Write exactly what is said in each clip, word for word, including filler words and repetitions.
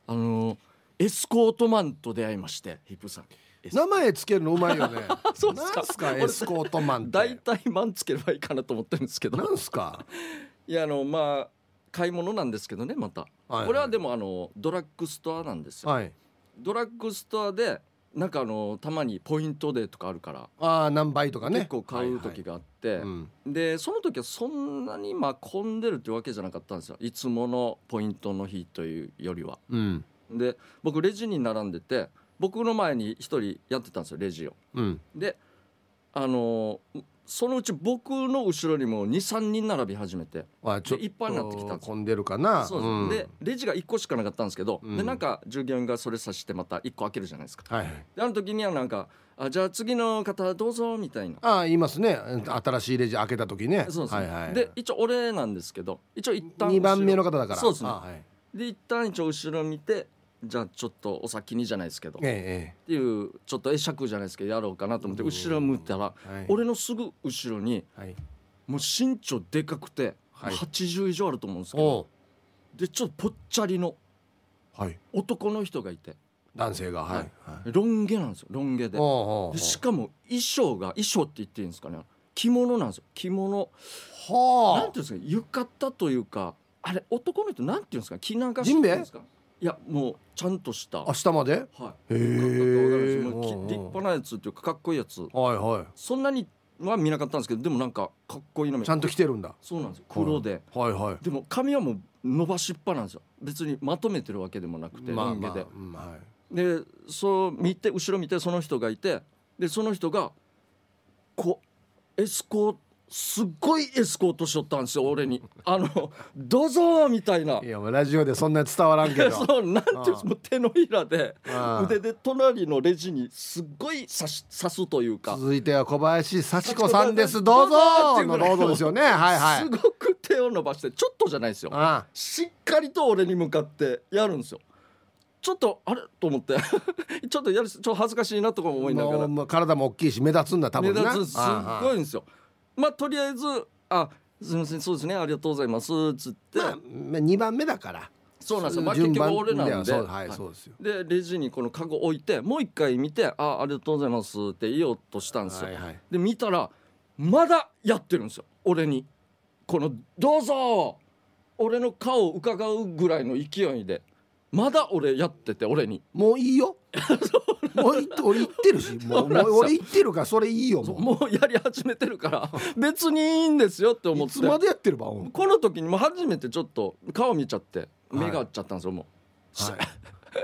あのエスコートマンと出会いまして、ヒップさん名前つけるのうまいよねそうですか。 なんすかエスコートマンって。 大体マンつければいいかなと思ってるんですけど、 なんすかいやあのまあ買い物なんですけどね、また、 はいはい、 これはでもあのドラッグストアなんですよ、 はい、 ドラッグストアでなんかあのたまにポイントデーとかあるから、 ああ何倍とかね結構買う時があって、 はいはい、うん、 でその時はそんなにまあ混んでるってわけじゃなかったんですよ、いつものポイントの日というよりは、 うん、 で僕レジに並んでて、僕の前に一人やってたんですよレジを、 うん、 であのそのうち僕の後ろにも にさんにん並び始めて、 あちょっといっぱいになってきたんですよ。 混んでるかな。 そうです、うん、でレジがいっこしかなかったんですけど、 うん、 でなんか従業員がそれさしてまたいっこ開けるじゃないですか、 はいはい、 であの時にはなんかあじゃあ次の方どうぞみたいな、 ああ言いますね、新しいレジ開けた時ね。 そうです、 はいはい、 で一応俺なんですけど、一応一旦にばんめの方だから。 そうですね、 はい、 で一旦一応後ろ見て、じゃあちょっとお先にじゃないですけど、 ええ、 っていうちょっと会釈じゃないですけどやろうかなと思って後ろ向いたら、はい、俺のすぐ後ろに、はい、もう身長でかくて、はい、はちじゅう以上あると思うんですけど、でちょっとぽっちゃりの男の人がいて、 男性が、はいはい、 ロン毛なんですよ、ロン毛 で, でしかも衣装が衣装って言っていいんですかね、着物なんですよ、着物、はあ、なんていうんですか、浴衣というか、あれ男の人なんていうんですか、着流しっていうんですか、いやもうちゃんとした、 あ下まで、 はい、 へえ、 立派なやつっていうかかっこいいやつ、 はいはい、 そんなには見なかったんですけど、でもなんかかっこいいのちゃんと着てるんだ。 そうなんですよ、黒で、 はいはいはい、 でも髪はもう伸ばしっぱなんですよ、別にまとめてるわけでもなくて、 まあまあ、 ロン毛で、 うんはい、 でそう見て後ろ見てその人がいて、でその人がこうエスコート、すっごいエスコートしとったんですよ俺に、あのどうぞみたいな、 いやラジオでそんな伝わらんけどそうなんていうんです、もう手のひらで腕で隣のレジにすっごい刺し刺すというか、 続いては小林幸子さんですどうぞのどうぞですよね、はいはい、 すごく手を伸ばして、ちょっとじゃないですよ、ああしっかりと俺に向かってやるんですよ。ちょっとあれと思ってちょっとやるちょっと恥ずかしいなとか思いながら、 もう体も大きいし目立つんだ多分な、 目立つ、すっごいんですよ。まあとりあえずあすみませんそうですねありがとうございますつって、 まあ、にばんめだからそうなんですよ、まあ、結局俺なんで、 そう、はいはい、そうですよ。 でレジにこのカゴ置いてもう一回見てあありがとうございますって言おうとしたんですよ、はいはい、で見たらまだやってるんですよ俺に、このどうぞ俺の顔を伺うぐらいの勢いでまだ俺やってて、俺にもういいよもう俺言ってるしもうもう俺言ってるからそれいいよ、もうもうやり始めてるから別にいいんですよって思って、 いつまでやってるばこの時にも初めてちょっと顔見ちゃって目が合っちゃったんですよ、もう、はい、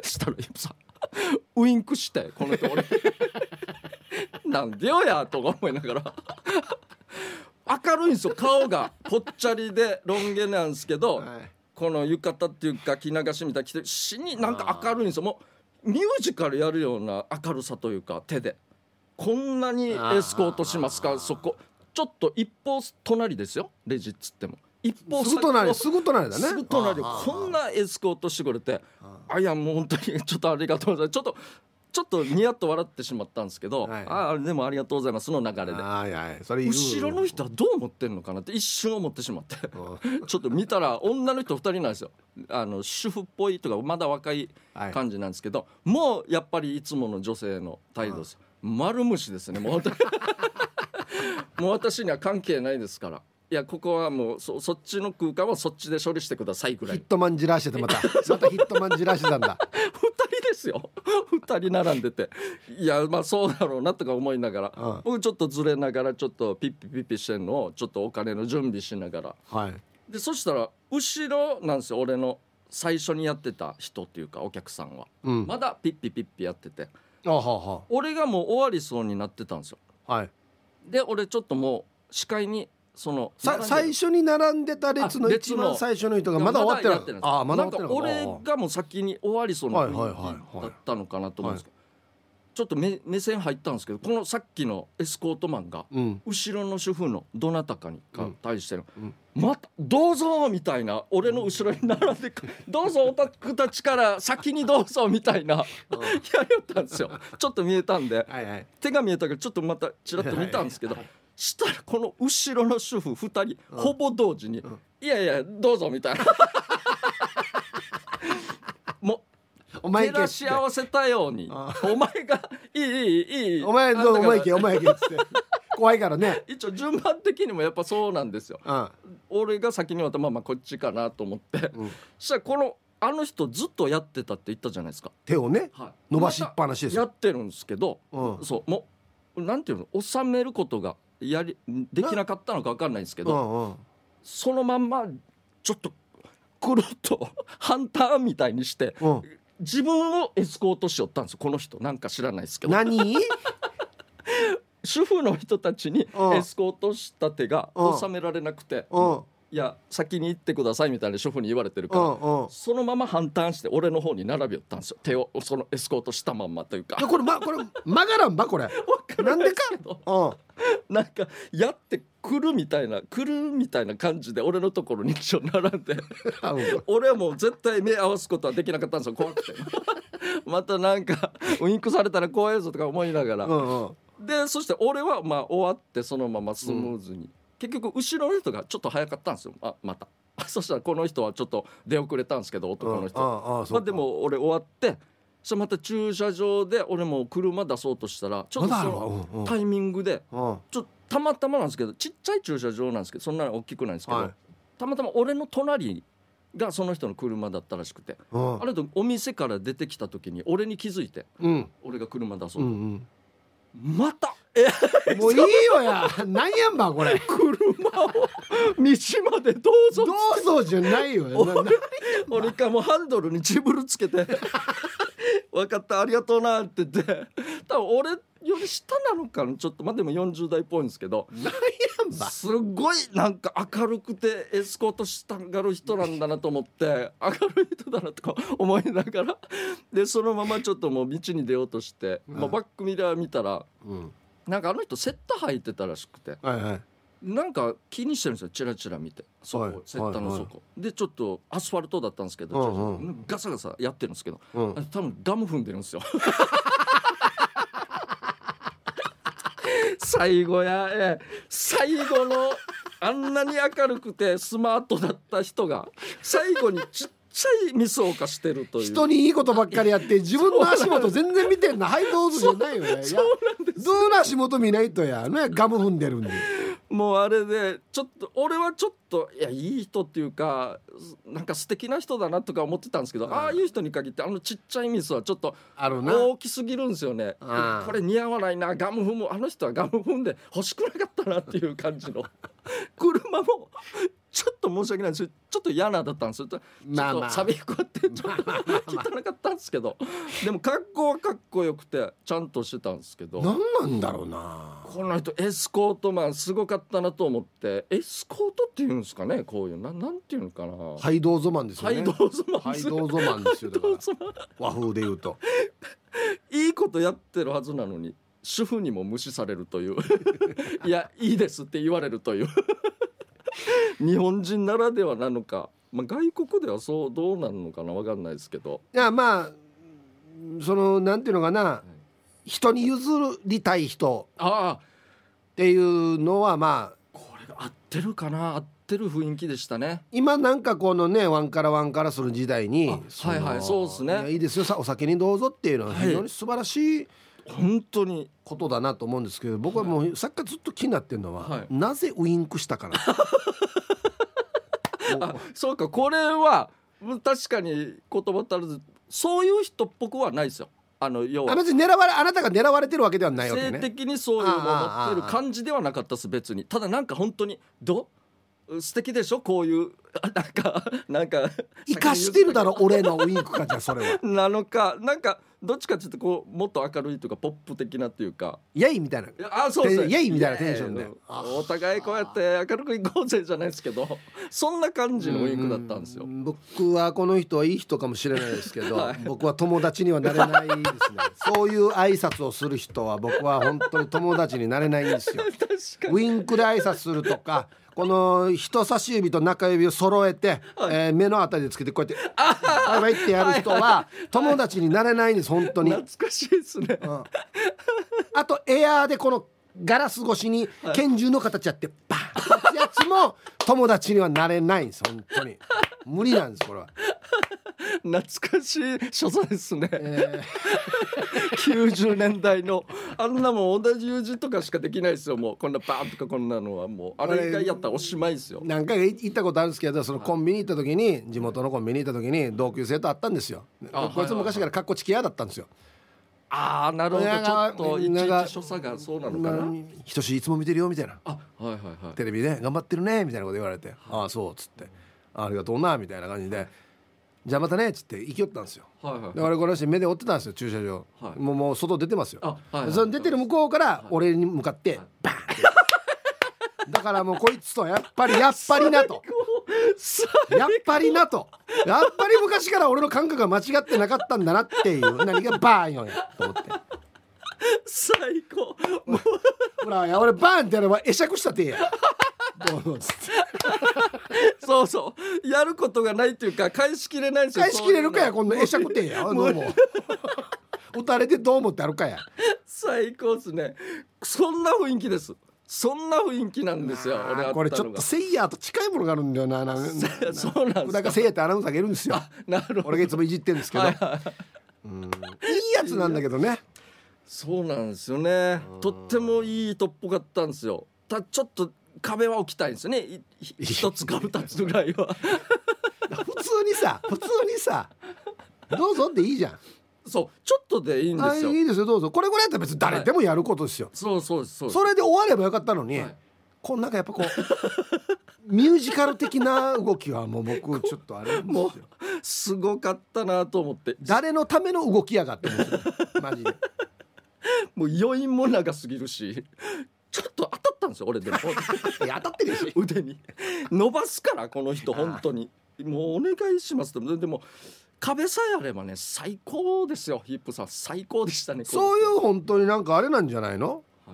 したらさウインクしてこの人俺なんでよやとか思いながら明るいんですよ顔が、ぽっちゃりでロン毛なんですけど、はい、この浴衣っていうか着流しみたいに着て死になんか明るいんですよ、もうミュージカルやるような明るさというか、手でこんなにエスコートしますか、そこちょっと一歩隣ですよレジっつっても一歩すぐ隣すぐ隣だね、 すぐ隣でこんなエスコートしてくれて、あいやもう本当にちょっとありがとうございます、ちょっとちょっとニヤッと笑ってしまったんですけど、はい、あでもありがとうございますの流れで、はいはい、それ後ろの人はどう思ってんのかなって一瞬思ってしまってちょっと見たら女の人ふたりなんですよ、あの主婦っぽいとかまだ若い感じなんですけど、はい、もうやっぱりいつもの女性の態度です、丸虫ですねもう本当にもう私には関係ないですから、いやここはもう そ, そっちの空間はそっちで処理してくださいぐらい、 ヒットマンじらしててまたまたヒットマンじらしてたんだふたりですよふたり並んでて、いやまあそうだろうなとか思いながら、うん、僕ちょっとずれながらちょっとピッピピッピしてんのをちょっとお金の準備しながら、はい、でそしたら後ろなんですよ俺の最初にやってた人っていうかお客さんは、うん、まだピッピピッピやってて、あはは俺がもう終わりそうになってたんですよ、はい、で俺ちょっともう視界にその最初に並んでた列の一番最初の人がまだ終わってない、 あまだ終わってない、なんか俺がもう先に終わりそうな雰囲気だったのかなと思うんですけど、ちょっと 目, 目線入ったんですけど、このさっきのエスコートマンが、うん、後ろの主婦のどなたかにか対しての、うんうん、またどうぞみたいな、俺の後ろに並んでどうぞオタクたちから先にどうぞみたいなやりよったんですよ。ちょっと見えたんで、はいはい、手が見えたからちょっとまたちらっと見たんですけど、はいはいはい、したらこの後ろの主婦ふたり、うん、ほぼ同時に、うん、いやいやどうぞみたいなもうお前照らし合わせたようにお前がいいいいいいお前どうお前行けお前行けっつって怖いからね。 一応順番的にもやっぱそうなんですよ、うん、俺が先に渡ったまあまあこっちかなと思って、うん、そしたらこのあの人ずっとやってたって言ったじゃないですか、 手をね、はい、伸ばしっぱなしですよ、 ま、やってるんですけど、うん、そうもうなんていうの収めることがやりできなかったのか分かんないんですけど、うんうん、そのまんまちょっとくるっとハンターみたいにして、うん、自分をエスコートしよったんですよこの人。なんか知らないですけど何主婦の人たちにエスコートした手が収められなくて、うん、いや先に行ってくださいみたいな主婦に言われてるから、うんうん、そのまま反対して俺の方に並び寄ったんですよ。手をそのエスコートしたまんまというかこれ、ま、これ曲がらんばこれなんでか、 うん、なんかやって来るみたいな来るみたいな感じで俺のところに一緒に並んで俺はもう絶対目合わすことはできなかったんですよ怖くてまたなんかウインクされたら怖いぞとか思いながら、うんうん、でそして俺はまあ終わってそのままスムーズに、うん、結局後ろの人がちょっと早かったんですよ。あまたそしたらこの人はちょっと出遅れたんですけど男の人、うんあああまあ、でも俺終わってそしたらまた駐車場で俺も車出そうとしたらちょっとそのタイミングでちょっとたまたまなんですけどちっちゃい駐車場なんですけどそんなに大きくないんですけど、はい、たまたま俺の隣がその人の車だったらしくて、うん、あれとお店から出てきた時に俺に気づいて、うん、俺が車出そうと、うんうん、またえもういいよやなんやんばこれ車を道までどうぞどうぞじゃないよ俺, 俺かもうハンドルにチブルつけて分かったありがとうなって言って多分俺より下なのかなちょっとまあでもよんじゅう代っぽいんですけどなんやんばすごいなんか明るくてエスコートしたがる人なんだなと思って明るい人だなとか思いながらでそのままちょっともう道に出ようとして、うんまあ、バックミラー見たら、うん、なんかあの人セッター履いてたらしくて、はいはい、なんか気にしてるんですよチラチラ見てそこ、はい、セッターの底、はいはい、でちょっとアスファルトだったんですけど、うんうん、ガサガサやってるんですけど、うん、多分ガム踏んでるんですよ最後や、え最後のあんなに明るくてスマートだった人が最後にちっちゃいミスを犯してるという人にいいことばっかりやって自分の足元全然見てんのはいどうぞじゃないよねそうなんですどうの足元見ないとやねガム踏んでるんでもうあれでちょっと俺はちょっといやいい人っていうかなんか素敵な人だなとか思ってたんですけど、うん、ああいう人に限ってあのちっちゃいミスはちょっと大きすぎるんですよね。これ似合わないなガム踏むあの人はガム踏んで欲しくなかったなっていう感じの車もちょっと申し訳ないですけどちょっと嫌なだったんですよ。ちょっと錆びこってちょっと汚かったんですけどでも格好はかっこよくてちゃんとしてたんですけど何なんだろうなこの人エスコートマンすごかったなと思ってエスコートっていうんですかねこういうななんていうのかなハイドーゾマンですよねハイドーゾマンハイドーゾマンですよだから和風で言うといいことやってるはずなのに主婦にも無視されるといういやいいですって言われるという日本人ならではなのか、まあ、外国ではそうどうなるのかな分かんないですけどいやまあそのなんていうのかな、はい、人に譲りたい人っていうのはまあこれが合ってるかな合ってる雰囲気でしたね。 今なんかこのねワンからワンからする時代にはいはいそうですねいやいいですよお酒にどうぞっていうのは非常に素晴らしい、はい本当にことだなと思うんですけど僕はもうさっきからずっと気になってるのは、はい、なぜウインクしたかなあそうかこれは確かに言葉足らずそういう人っぽくはないですよ。あの要はあ別に狙われあなたが狙われてるわけではないわけね。 性的にそういうのを持ってる感じではなかったです別に。ただなんか本当にど素敵でしょこういうなんかなんか生かしてるだろ俺のウインクかじゃそれはなのかなんかどっちかっていうとこうもっと明るいというかポップ的なっていうかイエイみたいなあそうですねイエイみたいなテンションでお互いこうやって明るくいこうぜじゃないですけどそんな感じのウインクだったんですよ。 僕はこの人はいい人かもしれないですけど、はい、僕は友達にはなれないですねそういう挨拶をする人は僕は本当に友達になれないんですよウインクで挨拶するとかこの人差し指と中指を揃えて、はいえー、目のあたりでつけてこうやってバイバイってやる人は友達になれないんです本当に懐かしいですね、うん、 あとエアーでこのガラス越しに拳銃の形やってバーンってやつも友達にはなれないんです本当に無理なんですこれは。 懐かしい所作ですね、えー、きゅうじゅうねんだいのあんなもん同じ友人とかしかできないですよ。もうこんなバーンとかこんなのはもうあれ以外やったらおしまいですよ。 何回か行ったことあるんですけどそのコンビニ行った時に地元のコンビニ行った時に同級生と会ったんですよ。こいつ昔からかっこちき屋だったんですよ。 ああなるほど。ちょっといちいち所作がそうなのかな。 ひとしいつも見てるよみたいな。 あはいはいはい。 テレビで頑張ってるねみたいなこと言われて、ああそうっつってありがとうなみたいな感じでじゃあまたねっつって行きよったんですよ。はいはい、で俺この人目で追ってたんですよ駐車場、はい、もうもう外出てますよ。あ、はいはい、その出てる向こうから俺に向かってバーンってだからもうこいつとやっぱりやっぱりなとやっぱりなとやっぱり昔から俺の感覚が間違ってなかったんだなっていう何がバーンよやと思って最高もうほらや俺バーンってやれば会釈したってやどうつってそうそうやることがないっていうか返しきれないんですよ。 返しきれるかやこんな会釈ってやどうも打たれてどう思ってあるかや。 最高っすね。そんな雰囲気です。そんな雰囲気なんですよ。俺これちょっとセイヤーと近いものがあるんだよな。なんそうなんですか。 だからセイヤーってアナウンサーがいるんですよ。 なるほど。 俺がいつもいじってるんですけど、はいはい、うんいいやつなんだけどね。 そうなんですよね。とってもいい人っぽかったんですよ。たちょっと壁は置きたいんですよね。一つか二つぐらいは普通にさ普通にさどうぞっていいじゃん。 そうちょっとでいいんですよ。 いいですよどうぞ。これぐらいだったら別に誰でもやることですよ、はい、 そうそうそう。 それで終わればよかったのに、はい、こうなんかやっぱこうミュージカル的な動きはもう僕ちょっとあれなんですよ。もうすごかったなと思って。 誰のための動きやがって思ってマジでもう余韻も長すぎるしちょっと当たったんですよ俺でもいや当たってるし腕に伸ばすからこの人本当にもうお願いしますと。でも壁さえあればね最高ですよ。ヒップさん最高でしたね。 そういう本当になんかあれなんじゃないの、はい、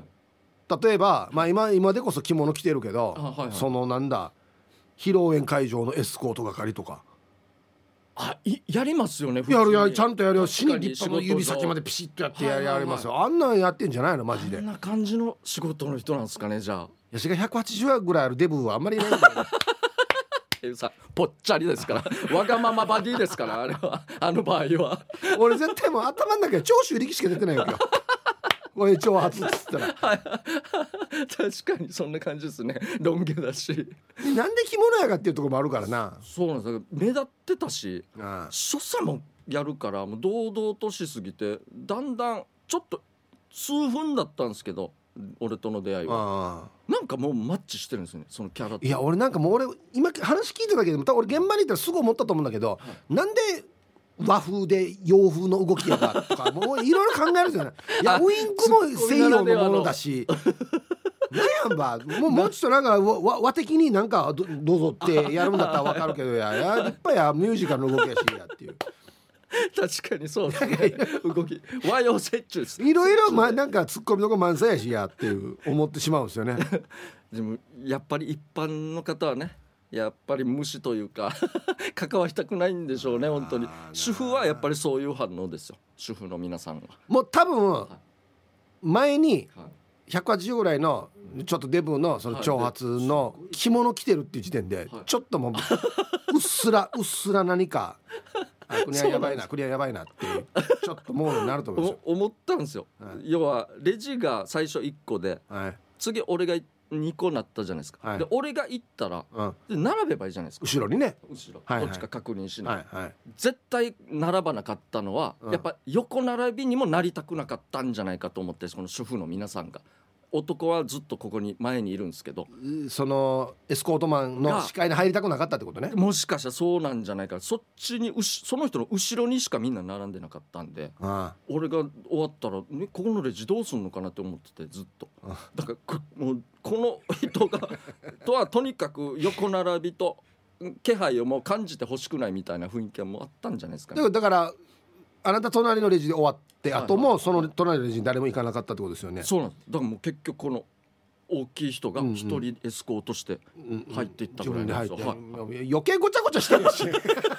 例えば、まあ、今, 今でこそ着物着てるけど、はいはい、そのなんだ披露宴会場のエスコート係とかあいやりますよね。 やるやるちゃんとやるよ。死に立派の指先までピシッとやって や, やりますよ、はいはいはい、あんなんやってんじゃないのマジで。 あんな感じの仕事の人なんですかね。じゃあヤシがひゃくはちじゅうぐらいあるデブはあんまりいないんだよねさぽっちゃりですからわがままバディですからあれはあの場合は俺絶対もう頭の中で長州力しか出てないわけよこれ長髪っつったら、はい、 確かにそんな感じですね。ロン毛だしなんで着物やかっていうところもあるからな。 そうなんですよ。目立ってたし所作もやるからもう堂々としすぎてだんだんちょっと数分だったんですけど俺との出会いはなんかもうマッチしてるんですよねそのキャラと。 いや俺なんかもう俺今話聞いてたけどまた俺現場にいたらすぐ思ったと思うんだけど、はい、なんで和風で洋風の動きやかとかもういろいろ考えるんですよね。いやウインクも西洋のものだしなんやんばもうもうちょっとなんか和, 和的になんか ど, どうぞってやるんだったら分かるけどやや立派やミュージカルの動きやしやっていう確かにそうですね動き和洋折衷ですいろいろ、ま、なんかツッコミの子満載やしやっていう思ってしまうんですよねでもやっぱり一般の方はねやっぱり無視というか関わりたくないんでしょうね本当に。主婦はやっぱりそういう反応ですよ。主婦の皆さんはもう多分前にひゃくはちじゅうぐらいのちょっとデブのその長髪の着物着てるっていう時点でちょっともううっすらうっすら何かクリアやばいなクリアやばいなっていうちょっとモードになると思うんですよ思ったんですよ、はい、要はレジが最初いっこで、はい、次俺がにこなったじゃないですか、はい、で俺が行ったら、うん、で並べばいいじゃないですか後ろにね後ろ、はいはい、どっちか確認しない、 はいはい、 絶対並ばなかったのは、うん、やっぱ横並びにもなりたくなかったんじゃないかと思ってこの主婦の皆さんが。男はずっとここに前にいるんですけどそのエスコートマンの視界に入りたくなかったってことね。 もしかしたらそうなんじゃないか。そっちにその人の後ろにしかみんな並んでなかったんでああ俺が終わったら、ね、ここのレジどうすんのかなって思っててずっとああだからこもうこの人がとはとにかく横並びと気配をもう感じてほしくないみたいな雰囲気はもうあったんじゃないですかね。 だからあなた隣のレジで終わってあともその隣のレジに誰も行かなかったってことですよね。 そうなんです。だからもう結局この大きい人が一人エスコートして入っていったぐらいなんですよ、 うんうん、余計ごちゃごちゃしてるし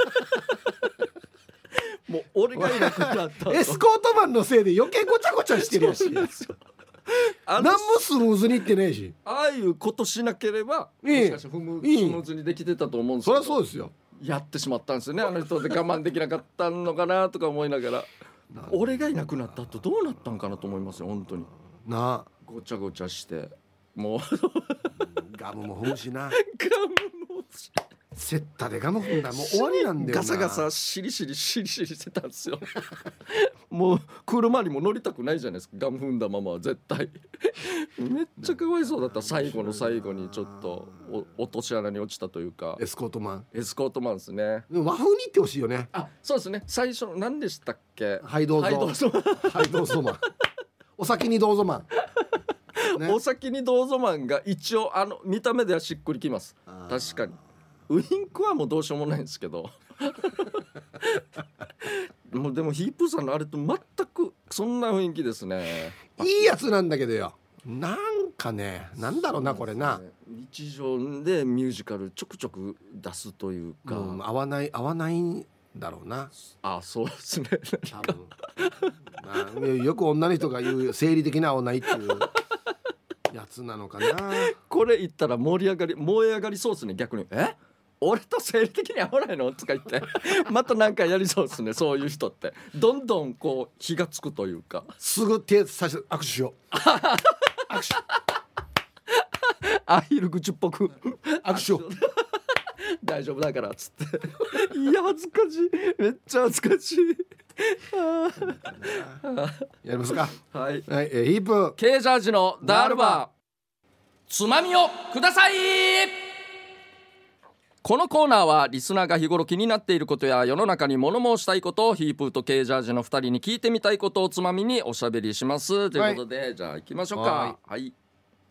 もう俺がいなくなったエスコートマンのせいで余計ごちゃごちゃしてるし何もスムーズにいってねえし、 ああいうことしなければいいもしかしてスムーズにできてたと思うんですけど、 そりゃそうですよ。 やってしまったんですよね、あの人で我慢できなかったのかなとか思いながら俺がいなくなった後どうなったんかなと思いますよ本当に。 なあごちゃごちゃしてもうガムも踏むしなガムもセッタでガム踏んだらもう終わりなんだよな。 ガサガサシリシリシリシリしてたんですよもう車にも乗りたくないじゃないですか、ガム踏んだままは絶対めっちゃかわいそうだった。最後の最後にちょっとお落とし穴に落ちたというか。 エスコートマンエスコートマンですね。 でも和風に行ってほしいよね。 あ、そうですね。最初の何でしたっけ。 はいどうぞはいどうぞはいどうぞマンお先にどうぞマン、ね、 お先にどうぞマンが一応あの見た目ではしっくりきます。確かにウインクはもうどうしようもないんですけどもうでもヒープーさんのあれと全くそんな雰囲気ですね。 いいやつなんだけどよ、なんかね、なんだろうなこれな、 日常でミュージカルちょくちょく出すというか、 うん、合わない合わないんだろうな。 あ、そうですね多分まあ、よく女の人が言う生理的な合わないっていうやつなのかなこれ言ったら盛り上がり燃え上がりそうですね逆に。え俺と生理的に合わないのとか言ってまたなんかやりそうですね。そういう人ってどんどんこう火がつくというか、 すぐ手差し握手しよう握手アヒル口っぽく握手しよう大丈夫だからっつっていや恥ずかしい、めっちゃ恥ずかしいやりますか。 はい、 はい、えー、ヒープケージャージのダールバーつまみをください。このコーナーはリスナーが日頃気になっていることや世の中に物申したいことをヒープーとケージャージのふたりに聞いてみたいことをつまみにおしゃべりしますということで、はい、じゃあ行きましょうか。はい、はい、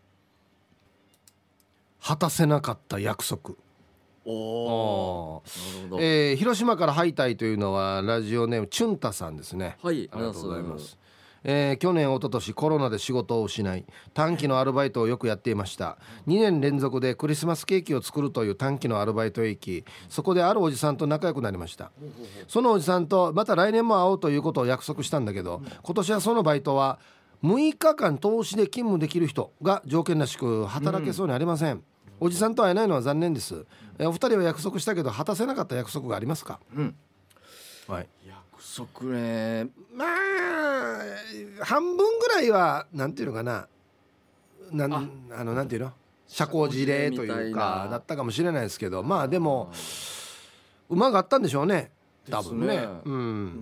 果たせなかった約束。 おー、なるほど。 えー、広島からハイタイというのはラジオネームチュンタさんですね。 はい、 ありがとうございます。えー、去年一昨年コロナで仕事を失い短期のアルバイトをよくやっていました。にねん連続でクリスマスケーキを作るという短期のアルバイトへ行き、そこであるおじさんと仲良くなりました。そのおじさんとまた来年も会おうということを約束したんだけど、今年はそのバイトはむいかかん投資で勤務できる人が条件らしく働けそうにありません、うん、おじさんと会えないのは残念です。えお二人は約束したけど果たせなかった約束がありますか？ うん、 はい、 約束ね、 まあ半分ぐらいはなんていうのかな、なんああのなんていうの社交辞令というかだったかもしれないですけど、まあでも馬があったんでしょうね多分ね。 ね、うん、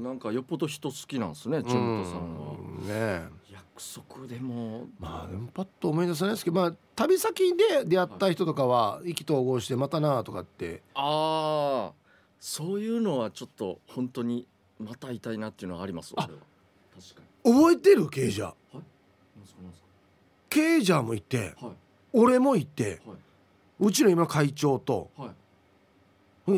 なんかよっぽど人好きなんですね、チュントさんは。 ね、 約束でもまあでもパッと思い出せないですけど、まあ旅先で出会った人とかは意気投合してまたなとかって、 ああそういうのはちょっと本当にまた会いたいなっていうのはあります。 あ、 俺は確かに覚えてるケイジャー。はい、 なんすかなんすか。 ケイジャーもいて、 はい、 俺もいて、 はい、 うちの今の会長と、 はい、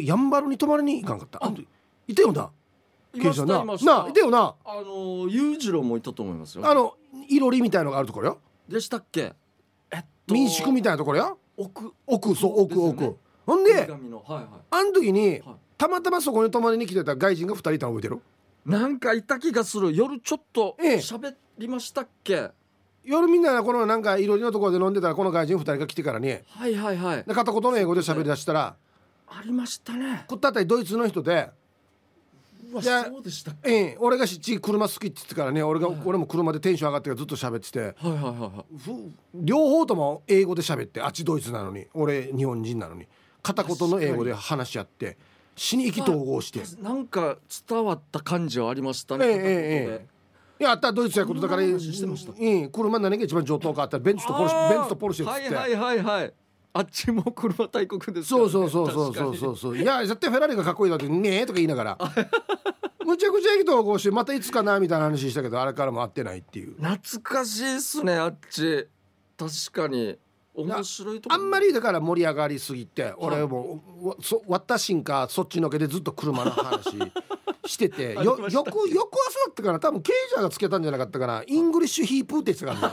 やんばるに泊まりに行かんかった。あんいたよな。 いましたいました。 なあいたよな。 あの裕次郎もいたと思いますよ。 あのいろりみたいのがあるところよ。 でしたっけ。えっと民宿みたいなところよ。 奥奥そう奥奥。ほんで、はいはい、あの時に、はい、たまたまそこに泊まりに来てた外人がふたりいたの覚えてる？ なんかいた気がする。夜ちょっと喋りましたっけ、ええ、 夜みんなこのなんかいろりのところで飲んでたらこの外人ふたりが来てからに、 はいはいはい、 で片言の英語で喋り出したら、 ありましたね。 こったあたりドイツの人で、 うわそうでしたっけ、 ええ、俺がしっち車好きって言ってからね、俺が、はいはい、俺も車でテンション上がってずっと喋ってて、はいはいはいはい、 両方とも英語で喋って、あっちドイツなのに俺日本人なのに片言の英語で話し合って死に意気投合して、 なんか伝わった感じはありましたね。 ええええ、いやあったらドイツやことだから、うん、車何が一番上等かあったらベンツとポルシェベンツとポルシェっつって、 はいはいはいはい、あっちも車大国ですから、 ね、そうそうそうそうそうそういや絶対フェラーリがかっこいいだってねえとか言いながらむちゃくちゃ意気投合してまたいつかなみたいな話したけど、あれからも会ってないっていう。 懐かしいっすねあっち。確かに面白いとこあんまりだから盛り上がりすぎて、俺もそ私んかそっちのけでずっと車の話しててよよく翌朝だったから多分ケイジャーがつけたんじゃなかったかな、イングリッシュヒープーってやつがあるんだ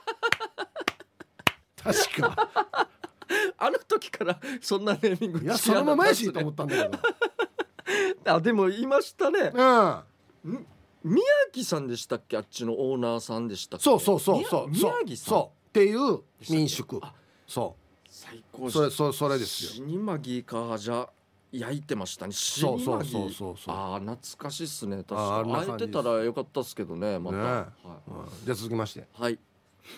確かあの時からそんなネーミング、 いやそのままやしと思ったんだけどあでもいましたね。 うん、 宮城さんでしたっけ、あっちのオーナーさんでしたっけ。 そうそうそうそう宮宮城さんそうっていう民宿。そう最高。 それそれそれですよ。 死にまぎか。じゃあ焼いてましたね。死にまぎ。 そうそうそうそう。 ああ懐かしいっすね。確あかに空いてたらよかったっすけどね。また、 ね、 はいうん、じゃあ続きまして、 はい。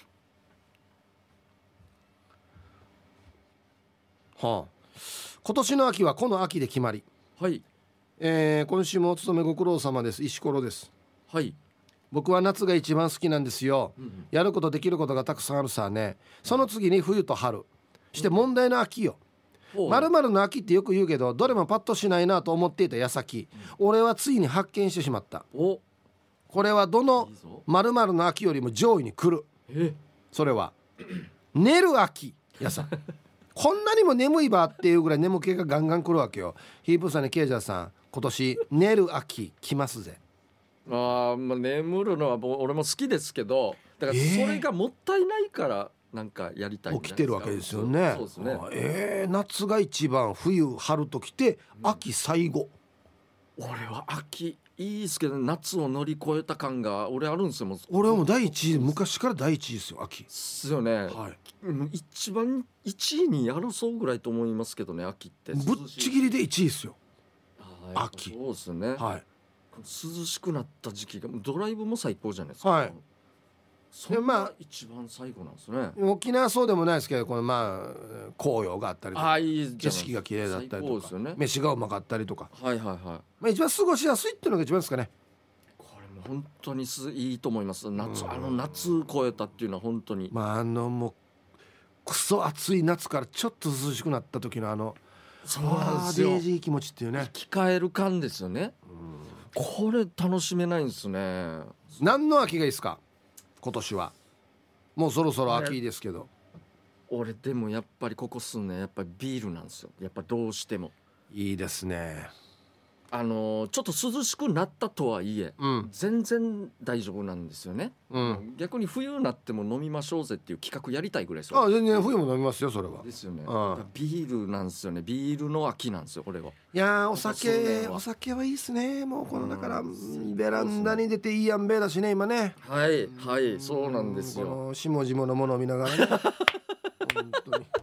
はあ、今年の秋はこの秋で決まり、 はい、 えー、今週もお勤めご苦労様です。石ころです。 はい。 僕は夏が一番好きなんですよ、うんうん、やることできることがたくさんあるさね。その次に冬と春、して問題の秋よ。まるまるの秋ってよく言うけど、どれもパッとしないなと思っていた矢先、うん、俺はついに発見してしまった。お、これはどのまるまるの秋よりも上位に来る。え、それは寝る秋やさこんなにも眠いばっていうぐらい眠気がガンガン来るわけよ。ヒープさんにケイジャーさん、今年寝る秋来ますぜ。 あ、まあ、眠るのは俺も好きですけど、だからそれがもったいないからなんかやりたい起きてるわけですよね。 そうですね。 えー、夏が一番、冬春ときて秋最後、 うん、俺は秋いいですけど、夏を乗り越えた感が俺あるんですよ。もう俺はもう第一位、昔から第一位ですよ秋。 ですよね、はい、一番いちいに争うぐらいと思いますけどね。秋ってぶっちぎりでいちいですよ。秋。 そうですね、はい、涼しくなった時期がドライブも最高じゃないですか。はい、それが一番最後なんですね。 沖縄はそうでもないですけど、このまあ紅葉があったりとか、いい景色が綺麗だったりとか、ね、飯がうまかったりとか、 はいはいはい、まあ、一番過ごしやすいっていうのが一番ですかね。 これも本当にすいいと思います。夏、あの夏超えたっていうのは本当に、 まああのもうクソ暑い夏からちょっと涼しくなった時のあの、 そうなんですよ、 デージー気持ちっていうね、 生き返る感ですよね。これ楽しめないんですね。 何の秋がいいですか今年は。もうそろそろ秋ですけど、 俺でもやっぱりここ数年やっぱりビールなんですよ。やっぱどうしてもいいですね。 あのちょっと涼しくなったとはいえ、うん、全然大丈夫なんですよね、うん、逆に冬になっても飲みましょうぜっていう企画やりたいぐらいですよ。 あ、全然冬も飲みますよそれは。 ですよね、うん、ビールなんですよね。ビールの秋なんですよこれは。 いやお酒お酒はいいですね。もうこのだから、うん、ベランダに出ていいやんべだしね今ね。 はいはいそうなんですよ。 この下々のものを見ながらね本当に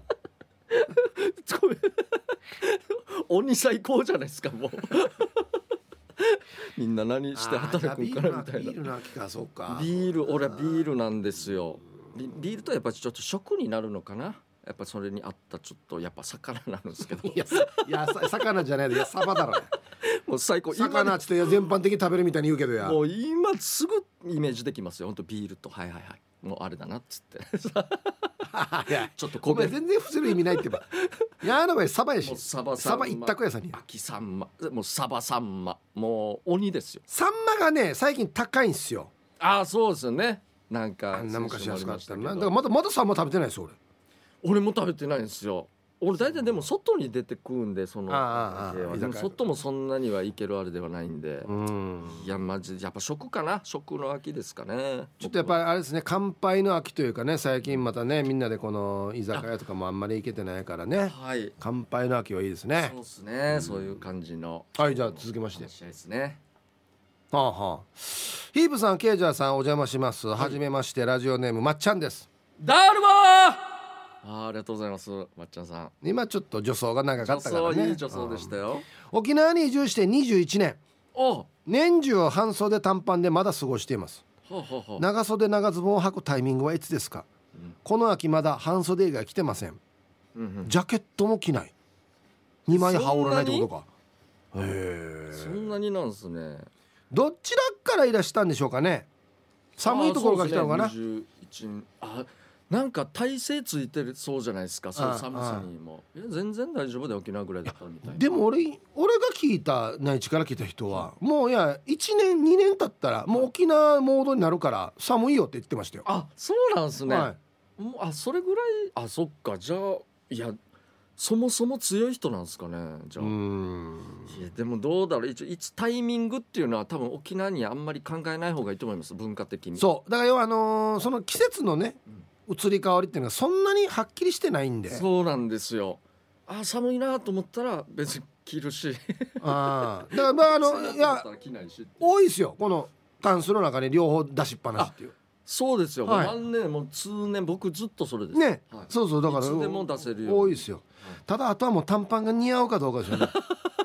鬼最高じゃないですかもうみんな何して働くんかなみたいな。 ビールの秋か。そうか。 ビール、俺はビールなんですよ。ビ, ビールとやっぱちょっと食になるのかな。やっぱそれに合ったちょっとやっぱ魚なんですけど。 いやいや魚じゃないで、いやサバだろ、ね、 もう最高。 魚っつって全般的に食べるみたいに言うけどや。 もう今すぐイメージできますよ本当ビールと。はいはいはい。もうあれだなっつっていやちょっとごめん全然伏せる意味ないってばやらばいサバやし。 サバサバ一択やさに。 秋サンマ、もうサバサンマ、もう鬼ですよ。 サンマがね最近高いんすよ。 ああそうですよね。なんかあんな昔安かったな。だからまだまだサンマ食べてないです俺。 俺も食べてないんですよ。俺大体でも外に出てくるんで、そのああでも外もそんなにはいけるあれではないんで、うん、いやマジやっぱ食かな。食の秋ですかね。 ちょっとやっぱりあれですね、乾杯の秋というかね、最近またねみんなでこの居酒屋とかもあんまり行けてないからね、はい、乾杯の秋はいいですね。 そうですね、うん、そういう感じの。 はい、じゃあ続きまして試合ですね。 はあはあ、ヒープさんケイジャーさんお邪魔します。はじ、はい、めまして、ラジオネームまっちゃんです。 ダールボー。あ, ありがとうございますまっちゃんさん。 今ちょっと助走が長かったからね。 いい助走でしたよ。 沖縄に移住してにじゅういちねん。 お年中半袖短パンでまだ過ごしています。 ほうほうほう。 長袖長ズボンを履くタイミングはいつですか、うん、この秋まだ半袖以外着てません、うんうん、ジャケットも着ない。にまい羽織らないってことか。へえ。 そんなになんですね。 どちらからいらしたんでしょうかね。寒いところが来たのかな。 にじゅういちあなんか体勢ついてるそうじゃないですか。そう寒さにも。いや全然大丈夫で沖縄ぐらいだったみたいな。 でも俺俺が聞いた内地から来た人はもういやいちねんにねん経ったらもう沖縄モードになるから寒いよって言ってましたよ。 あそうなんですね、 はい、 もうあそれぐらい。あそっか。じゃあいやそもそも強い人なんですかね。じゃあうーんいやでもどうだろう。一応いつタイミングっていうのは多分沖縄にあんまり考えない方がいいと思います。文化的に。 そうだから要はあのー、その季節のね、うん移り変わりっていうのがそんなにはっきりしてないんで。 そうなんですよ。あ寒いなと思ったら別に着るしあだからまああのいや多いですよ。このタンスの中に両方出しっぱなしっていう。 そうですよ、 はい、 もう何年も通年僕ずっとそれですね、 はい、 そうそうだからいつでも出せるよ多いですよ、はい、ただあとはもう短パンが似合うかどうかですよね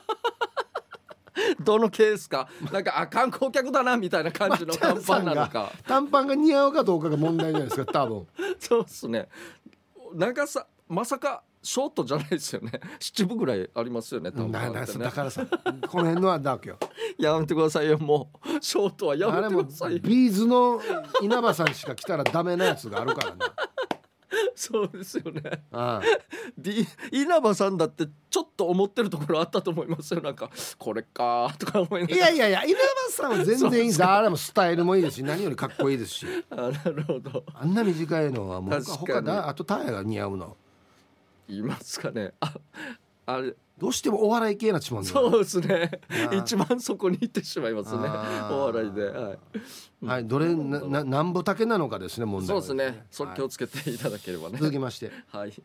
どのケースかなんかあ観光客だなみたいな感じの短パンなのか短パンが似合うかどうかが問題じゃないですか多分そうですね。長さまさかショートじゃないですよね。七分ぐらいありますよね。短パンってねだからさこの辺のはだけよやめてくださいよもうショートはやめてくださいよ。 ビーズの稲葉さんしか来たらダメなやつがあるからなそうですよね。 ああビ稲葉さんだってちょっと思ってるところあったと思いますよ。なんかこれかとか思いながらいやいやいや稲葉さんは全然いいですあれもスタイルもいいですし何よりかっこいいですしあなるほど。 あんな短いのはもう確かに他だあとタイヤが似合うの言いますかね。ああれどうしてもお笑い系なっちまうんだそうですねあ一番そこに行ってしまいますねあお笑いで、はい、 はい、どれなな何分丈なのかですね問題そうはですねそれ気をつけていただければね、 はい、続きましてはい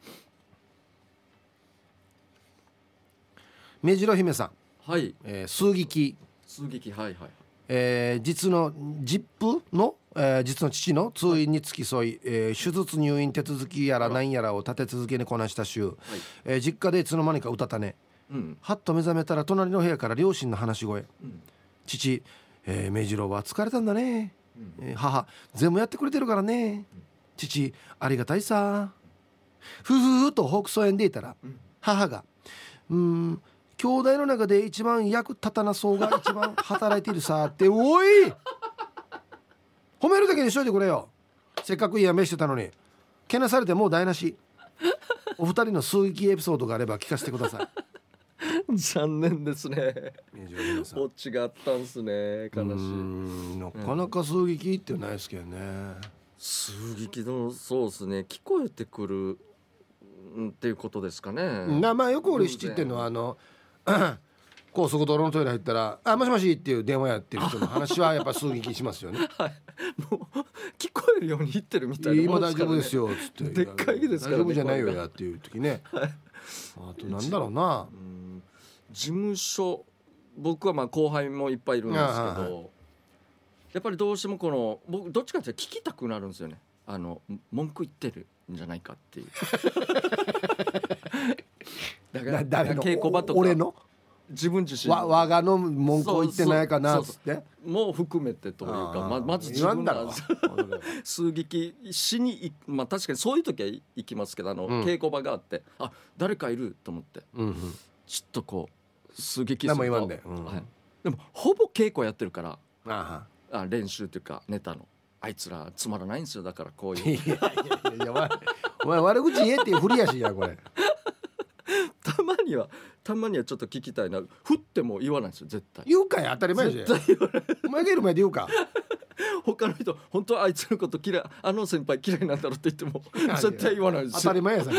目白姫さん、 はいえー、数撃数撃はいはいえー、実のジップの、えー、実の父の通院に付き添い、えー、手術入院手続きやら何やらを立て続けにこなした週、はいえー、実家でいつの間にかうたたね、うん、はっと目覚めたら隣の部屋から両親の話し声、うん、父、えー、目白は疲れたんだね、うんえー、母全部やってくれてるからね、うん、父ありがたいさふふふとほくそ笑んでいたら、うん、母がうーん兄弟の中で一番役立たなそうが一番働いているさっておい褒めるだけにしといてくれよせっかくいいやめしてたのにけなされてもう台無しお二人の数撃エピソードがあれば聞かせてください残念ですねこっちがあったんすね悲しいなかなか数撃ってないですけどね、うん、 数撃のそうですね聞こえてくるっていうことですかねなまあよく俺知ってるのはあの高速道路のトイレ入ったらあもしもしっていう電話やってる人の話はやっぱ数撃しますよねはいもう聞こえるように言ってるみたいなもんですからね、今大丈夫ですよつってでっかいですからね大丈夫じゃないよやっていう時ね、はい、あとなんだろうなうん事務所僕はまあ後輩もいっぱいいるんですけど、はい、やっぱりどうしてもこの僕どっちかっていうと聞きたくなるんですよねあの文句言ってるんじゃないかっていうだから誰の稽古場とか俺の自分自身わ我がの文句を言ってないかなっつってもう含めてというか ま, まず自分が数撃しに、まあ、確かにそういう時は行きますけどあの、うん、稽古場があってあ誰かいると思って、うんうん、ちょっとこう数撃すると何も言わんで、うんはい、でもほぼ稽古やってるからああ練習というかネタのあいつらつまらないんですよだからこういういやいやいやお前悪口言えっていうふりやしやこれたまにはたまにはちょっと聞きたいな振っても言わないんですよ絶対言うかい当たり前じゃん絶対言わないお前がいる前で言うか他の人本当はあいつのこと嫌いあの先輩嫌いなんだろうって言っても絶対言わないですよ当たり前やさ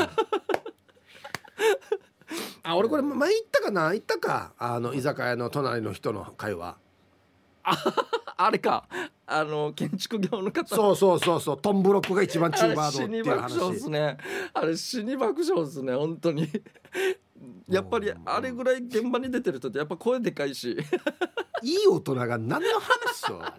あ俺これ前言ったかな言ったかあの居酒屋の隣の人の会話あ, あれかあの建築業の方そうそうそうそうトンブロックが一番チューバードっていう話あれ死に爆笑ですねあれ死に爆笑ですね本当にやっぱりあれぐらい現場に出てる人ってやっぱ声でかいしいい大人が何の話を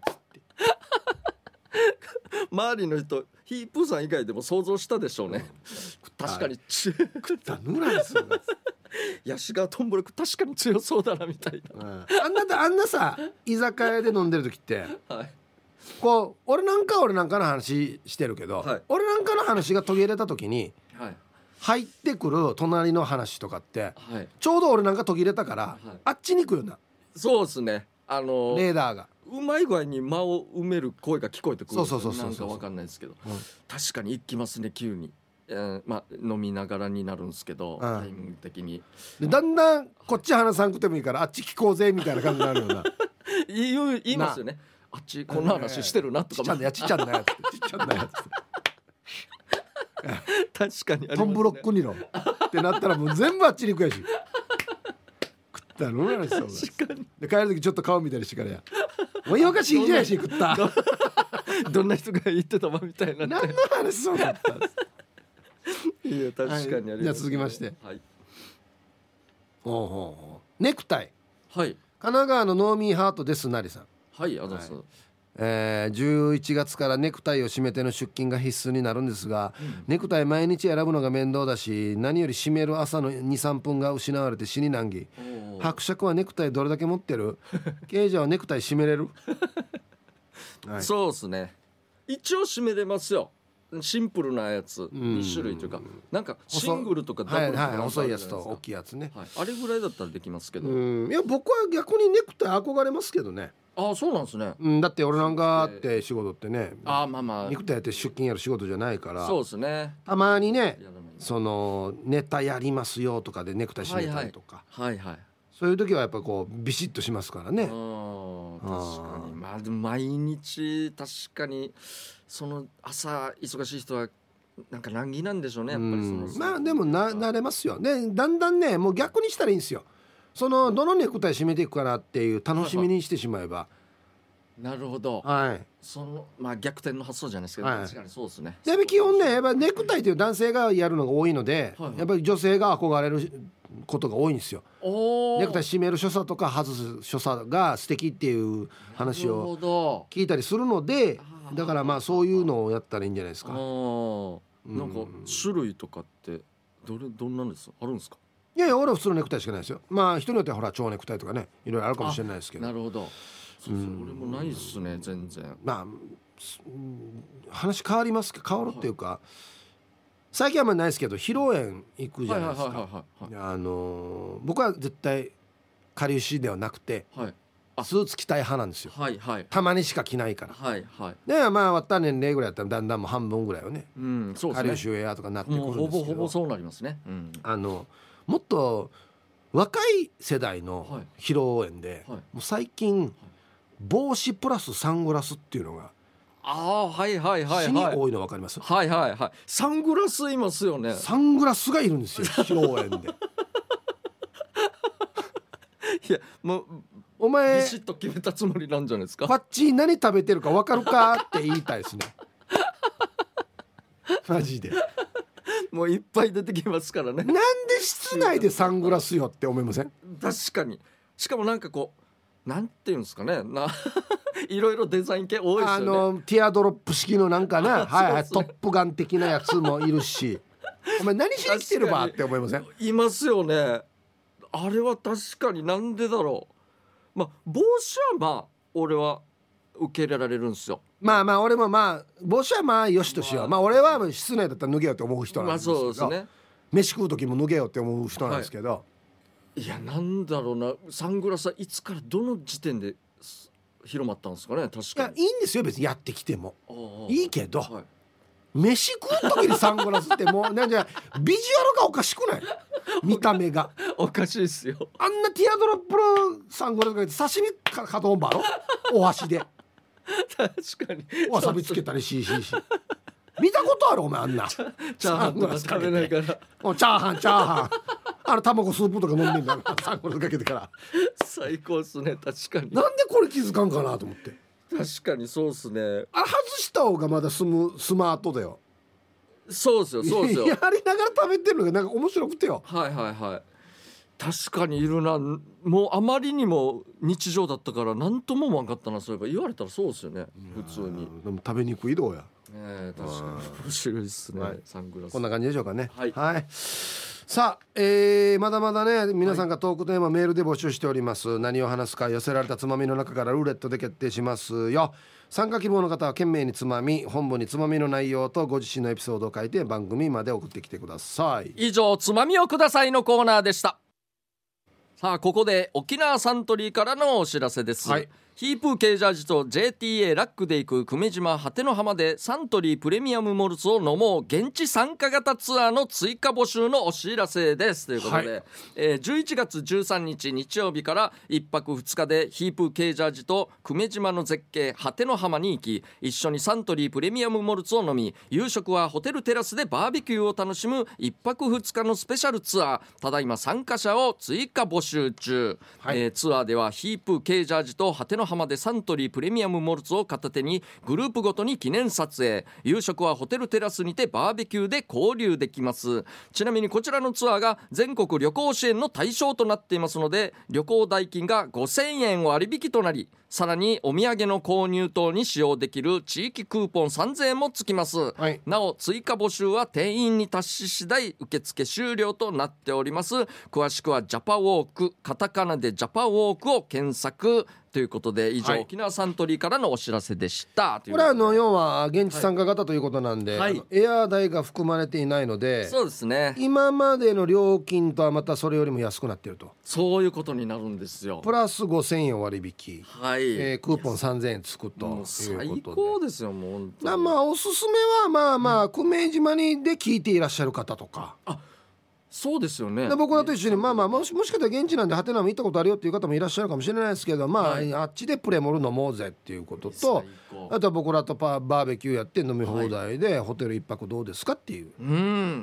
周りの人ヒープーさん以外でも想像したでしょうね、うん、確かに食ったぬらですよヤシガトンボルク確かに強そうだなみたいな、 うん、あんなあんなさ居酒屋で飲んでる時って、 はい、 こう俺なんか俺なんかの話してるけど、はい、俺なんかの話が途切れた時に、はい、入ってくる隣の話とかって、はい、ちょうど俺なんか途切れたから、はい、あっちに行くよなそうですねあのー、 レーダーがうまい具合に間を埋める声が聞こえてくるそうそうそうそうなんか分かんないですけど、うん、確かに行きますね急に、えーまあ、飲みながらになるんですけど、うん、タイミング的にでだんだんこっち話さんくてもいいからあっち聞こうぜみたいな感じになるような言い, 言いますよねあっちこんな話してるなとか、 ちっちゃんだよちっちゃんだよちっちゃんだよ確かにありますねトンブロックにのってなったらもう全部あっちに行くやし食ったのなしそうだで帰る時ちょっと顔見たりしてからやもういわかしいじゃないし食ったどんな人が言ってたわみたいな何の話そうだったいや確かにあります、ねはい、じゃあ続きまして、はい、ほうほうほうネクタイ、 はい、 神奈川のノーミーハートですなりさん、 はい、あざす、はい、 えー、じゅういちがつからネクタイを締めての出勤が必須になるんですが、うん、ネクタイ毎日選ぶのが面倒だし、何より締める朝の にさんぷんが失われて死に難儀。伯爵はネクタイどれだけ持ってる？ケイジャーはネクタイ締めれる？ はい、そうですね、一応締めれますよ。シンプルなやつに種類というか、なんかシングルとかダブルとか、はいはい、 細いやつと大きいやつね、 はい、あれぐらいだったらできますけど、 うん、いや僕は逆にネクタイ憧れますけどね。 ああ、そうなんですね、 うん、だって俺なんかって仕事ってね、 あ、まあまあ、 ネクタイやって出勤やる仕事じゃないから。 そうですね、 たまにね、そのネタやりますよとかでネクタイ締めたりとか、 はいはい、はいはい、 そういう時はやっぱこうビシッとしますからね。 あ、確かに、まあでも毎日確かにその朝忙しい人はなんか難儀なんでしょうね、やっぱりその、 まあでもな慣れますよね。だんだんね、もう逆にしたらいいんですよ。そのどのネクタイ締めていくかなっていう楽しみにしてしまえば、 はいはい、なるほど、 はい、 そのまあ逆転の発想じゃないですけど、はい、確かにそうですね。 やっぱ基本ね、やっぱネクタイという男性がやるのが多いので、はいはい、やっぱり女性が憧れることが多いんですよ。ネクタイ締める所作とか外す所作が素敵っていう話を聞いたりするので、だからまあそういうのをやったらいいんじゃないですか。 あ、なんか種類とかってどれどんなんですあるんですか？ いやいや、俺は普通のネクタイしかないですよ。まあ人によってはほら蝶ネクタイとかね、いろいろあるかもしれないですけど。 なるほど、そうそう、俺もないっすね全然。 まあ話変わりますか、変わるっていうか、はい、最近はあんまりないですけど披露宴行くじゃないですか。あの僕は絶対かりゆしではなくて、はい、スーツ着たい派なんですよ、はいはい、たまにしか着ないから、はいはい、でまあ割った年齢ぐらいやったらだんだんもう半分ぐらいはね、うん、そうですね、かりゆしウェアとかなってくるんですけど、 ほぼほぼそうなりますね、うん、 あのもっと若い世代の披露宴で、はいはい、もう最近帽子プラスサングラスっていうのが、 ああ、はいはいはいはい、 死に多いの分かります？ はいはいはい、サングラスいますよね。 サングラスがいるんですよ披露宴でいやもうお前ビシッと決めたつもりなんじゃないですか。 パッチ何食べてるか分かるかって言いたいですねマジでもういっぱい出てきますからね。 なんで室内でサングラスよって思いません？ 確かに。しかもなんかこうなんていうんですかね、ないろいろデザイン系多いですよね。 あのティアドロップ式のなんかなはいはい、トップガン的なやつもいるしお前何しに来てるばって思いません？ いますよね。あれは確かになんでだろう。まあ帽子はまあ俺は受け入れられるんですよ。 まあまあ俺もまあ帽子はまあよしとしよう、まあ、まあ俺は室内だったら脱げようって思う人なんですけど、まあそうですね、飯食う時も脱げようって思う人なんですけど、はい、いやなんだろうな、サングラスはいつからどの時点で広まったんですかね。確かにいやいいんですよ別にやってきてもいいけど、はい、飯食う時にサングラスってもうなんじゃビジュアルがおかしくない？見た目がおかしいですよ。 あんなティアドロップのサングラスが刺身かかとんばろお箸で確かにわさびつけたりしいしいし見たことあるお前あんなチャーハンとか食べないからもうチャーハンチャーハンあの卵スープとか飲んでんだサングラスかけてから最高っすね。確かになんでこれ気づかんかなと思って。 確かにそうっすね。 あれ外した方がまだスムスマートだよ。 そうですよそうですよやりながら食べてるのがなんか面白くてよ。 はいはいはい、確かにいるな。もうあまりにも日常だったから何とも思わんかったな。そういえば言われたらそうですよね普通に。 でも食べにくいどうや、 ね、確かに面白いですね、はい、サングラス。 こんな感じでしょうかね。 はい、 はい、さあ、えー、まだまだね皆さんがトークテーマ、はい、メールで募集しております。何を話すか寄せられたつまみの中からルーレットで決定しますよ。参加希望の方は懸命につまみ、本文につまみの内容とご自身のエピソードを書いて番組まで送ってきてください。 以上つまみをくださいのコーナーでした。さあここで沖縄サントリーからのお知らせです、はい、ヒープー系ジャージと ジェーティーエー ラックで行く久米島果ての浜でサントリープレミアムモルツを飲もう現地参加型ツアーの追加募集のお知らせですということで、はい、えー、じゅういちがつじゅうさんにち日曜日からいっぱくふつかでヒープー系ジャージと久米島の絶景果ての浜に行き一緒にサントリープレミアムモルツを飲み夕食はホテルテラスでバーベキューを楽しむいっぱくふつかのスペシャルツアー。ただいま参加者を追加募集中、はい、えー、ツアーではヒープー系ジャージと果ての浜でサントリープレミアムモルツを片手にグループごとに記念撮影、夕食はホテルテラスにてバーベキューで交流できます。ちなみにこちらのツアーが全国旅行支援の対象となっていますので旅行代金がごせんえん割引となりさらにお土産の購入等に使用できる地域クーポンさんぜんえんもつきます、はい、なお追加募集は定員に達し次第受付終了となっております。詳しくはジャパウォーク、カタカナでジャパウォークを検索ということで、以上、はい、沖縄サントリーからのお知らせでした。 これはあの要は現地参加型ということなんで、はい、エアー代が含まれていないので、 そうですね、 今までの料金とはまたそれよりも安くなっていると、 そういうことになるんですよ。 プラスごせんえん割引、 はい、 えー、クーポンさんぜんえんつくということで、 最高ですよ。もう本当にまあおすすめはまあまあ、うん、久米島にで聞いていらっしゃる方とか、 あ、そうですよね。 で僕らと一緒にまあまあもしもしかしたら現地なんでハテナも行ったことあるよっていう方もいらっしゃるかもしれないですけど、まあ、はい、あっちでプレモル飲もうぜっていうことと、あとは僕らとパバーベキューやって飲み放題でホテル一泊どうですかっていう、うん、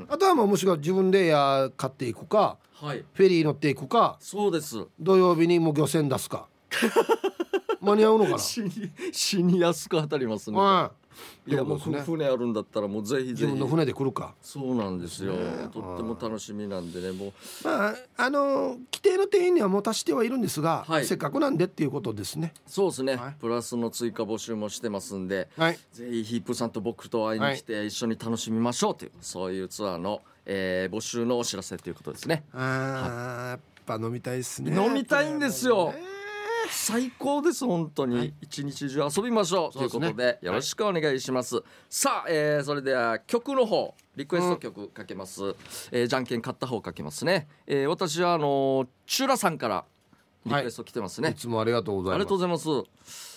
あとはもうもしくは自分でや買っていくか、はい、フェリー乗っていくか、 そうです、 土曜日にもう漁船出すか間に合うのかな。 死に、死にやすく当たりますね、はい、いやもう船あるんだったらもうぜひぜひ自分の船で来るか。 そうなんですよ、ね、とっても楽しみなんでね。もうまああの規定の定員にはもう足してはいるんですが、はい、せっかくなんでっていうことですね。 そうですね、はい、プラスの追加募集もしてますんで、はい、ぜひヒップさんと僕と会いに来て一緒に楽しみましょうという、そういうツアーの、えー、募集のお知らせということですね。 あ、はい、やっぱ飲みたいですね。 飲みたいんですよ、最高です本当に、はい、一日中遊びましょうということで、よろしくお願いします、はい、さあ、えー、それでは曲の方リクエスト曲かけます、うん、えー、じゃんけん勝った方かけますね、えー、私はあのー、チュラさんからリクエスト来てますね、 はい、いつもありがとうございます。 ありがとうございます。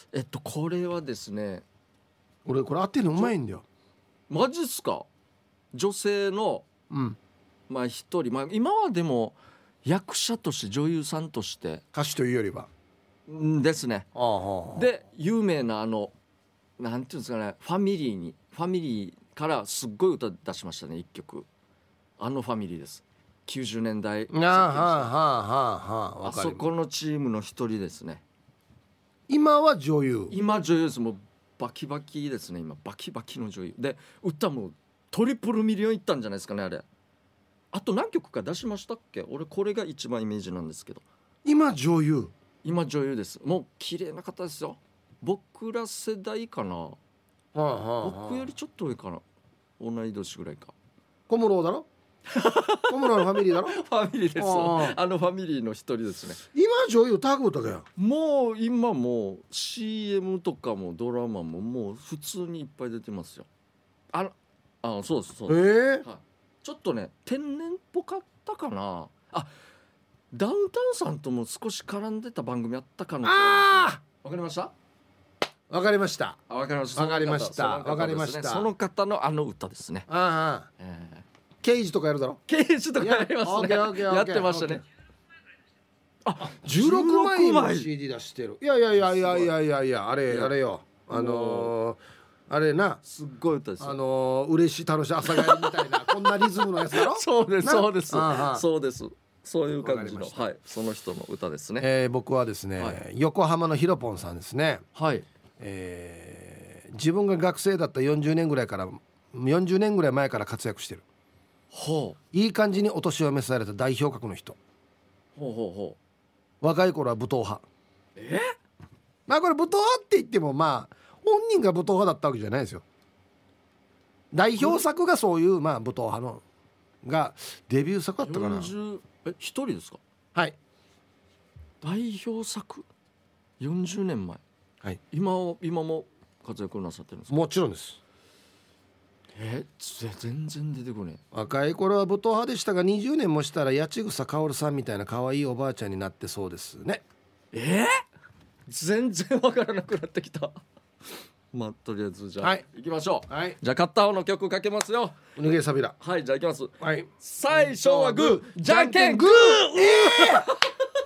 えっとこれはですね、 俺これ当てるのうまいんだよ。 マジっすか。女性の、うん、まあ一人、まあ、今はでも役者として女優さんとして歌手というよりはですね。ああああで有名なあのなんていうんですかね、ファミリーにファミリーからすっごい歌出しましたね、一曲。あのファミリーです。きゅうじゅうねんだい、ああ、はあはあはあ、あそこのチームの一人ですね。 今は女優。 今女優です。もうバキバキですね。今バキバキの女優で、歌もトリプルミリオンいったんじゃないですかね、あれ。あと何曲か出しましたっけ。俺これが一番イメージなんですけど。 今女優。 今女優です。もう綺麗な方ですよ。僕ら世代かな、はあはあはあ、僕よりちょっと上かな、同い年ぐらいか。 小室だろ小室のファミリーだろファミリーです。 あ, あのファミリーの一人ですね。 今女優タグとかや。 もう今もう シーエム とかもドラマももう普通にいっぱい出てますよ。ああ、そうですそうです、えーはい、ちょっとね天然っぽかったかな。あ、ダウンタウンさんとも少し絡んでた番組あったかな。あ、わかりました。 わかりました。 わかりました。 わかりました。わかりました。 その方のあの歌ですね。ああ、えー、刑事とかやるだろ。 刑事とかやりますね。やってましたね。 あ、じゅうろくまいも シーディー 出してる。いやいやいやいやいやいやいや、あれあれよ。あのー、あれな、 すっごい歌です。 あのー、嬉しい楽しい朝帰りみたいなこんなリズムのやつだろ。 そうですそうですそうです。そういう感じの、はい、その人の歌ですね。 えー、僕はですね、はい、横浜のひろぽんさんですね。 はい。 えー、自分が学生だったよんじゅうねんぐらいからよんじゅうねんぐらい前から活躍してる。 ほう。 いい感じにお年を召された代表格の人。 ほうほうほう。若い頃は武闘派。 え？ まあこれ武闘派って言ってもまあ本人が武闘派だったわけじゃないですよ。代表作がそういうまあ武闘派のがデビュー作だったかな。 よんじゅうえ一人ですか。 はい。 代表作よんじゅうねんまえ、はい、今今も活躍なさってるんですか。 もちろんです。 え全然出てこねえ。 若い頃は武闘派でしたがにじゅうねんもしたら八千草薫さんみたいな可愛いおばあちゃんになってそうですね。 えー、全然わからなくなってきたまあとりあえずじゃあ、はい、行きましょう、はい、じゃあ勝った方の曲かけますよ。 おにげさびら。 はい、じゃあ行きます、 はい、 最初はグーじゃんけんグー、えー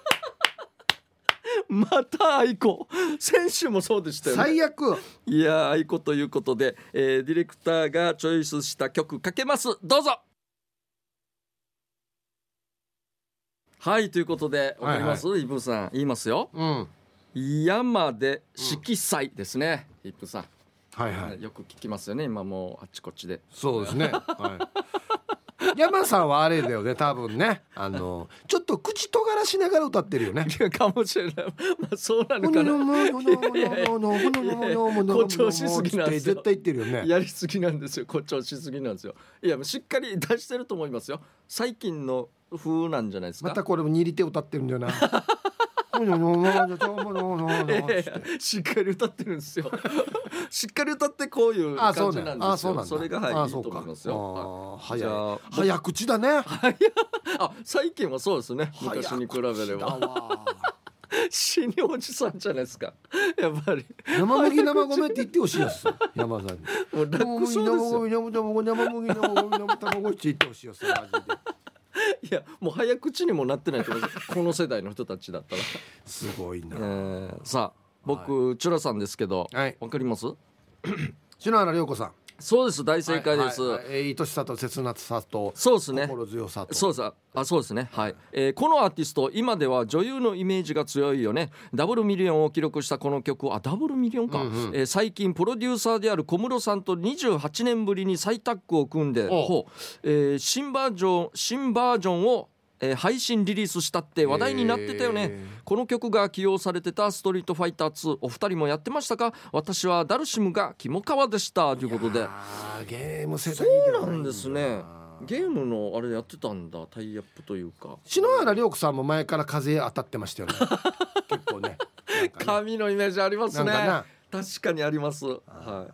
またアイコ、先週もそうでしたよね。 最悪。 いやアイコということで、えー、ディレクターがチョイスした曲かけます。どうぞ。はいということでわかります、はいはい、イブさん言いますよ、うん、山で色彩ですね、うん、イブさん、はいはい、よく聞きますよね今もうあっちこっちで。 そうですね、はい山さんはあれだよね多分ね、あのちょっと口尖らしながら歌ってるよね。 かもしれない。まあそうなのかな。誇張しすぎなんですよ。 絶対言ってるよね。 やりすぎなんですよ。誇張しすぎなんですよ。いやしっかり出してると思いますよ。最近の風なんじゃないですか。 またこれも握り手歌ってるんだよな。 しっかり歌ってるんですよ。しっかり歌ってこういう感じなんですよ。それがはいいいと思いますよ。 早早口だね。 あ、最近はそうですね。昔に比べれば。死におじさんじゃないですか。やっぱり生麦生米って言ってほしいです。山さんに。 もう楽そうですよ。 生麦生米生麦生卵って言ってほしいです。マジで。 いやもう早口にもなってないと思います。この世代の人たちだったらすごいな、えー、さあ僕、はい、チュラさんですけど、はい、わかります？ 篠原涼子さん。 そうです、大正解です。 はいはいはい、愛しさと切なさとそうですね、 心強さとそうです、あ、そうですね、はい、えー、このアーティスト今では女優のイメージが強いよね。ダブルミリオンを記録したこの曲、あ、ダブルミリオンか、うんうん、えー、最近プロデューサーである小室さんとにじゅうはちねんぶりに再タッグを組んで、ほう、えー、新バージョン新バージョンをえー、配信リリースしたって話題になってたよね、えー、この曲が起用されてたストリートファイターツー、お二人もやってましたか？私はダルシムがキモカワでしたということで。 ゲーム世代そうなんですね。ゲームのあれやってたんだ、タイアップというか。 篠原涼子さんも前から風当たってましたよね。結構ね、 ね、髪のイメージありますね。確かにあります、はい、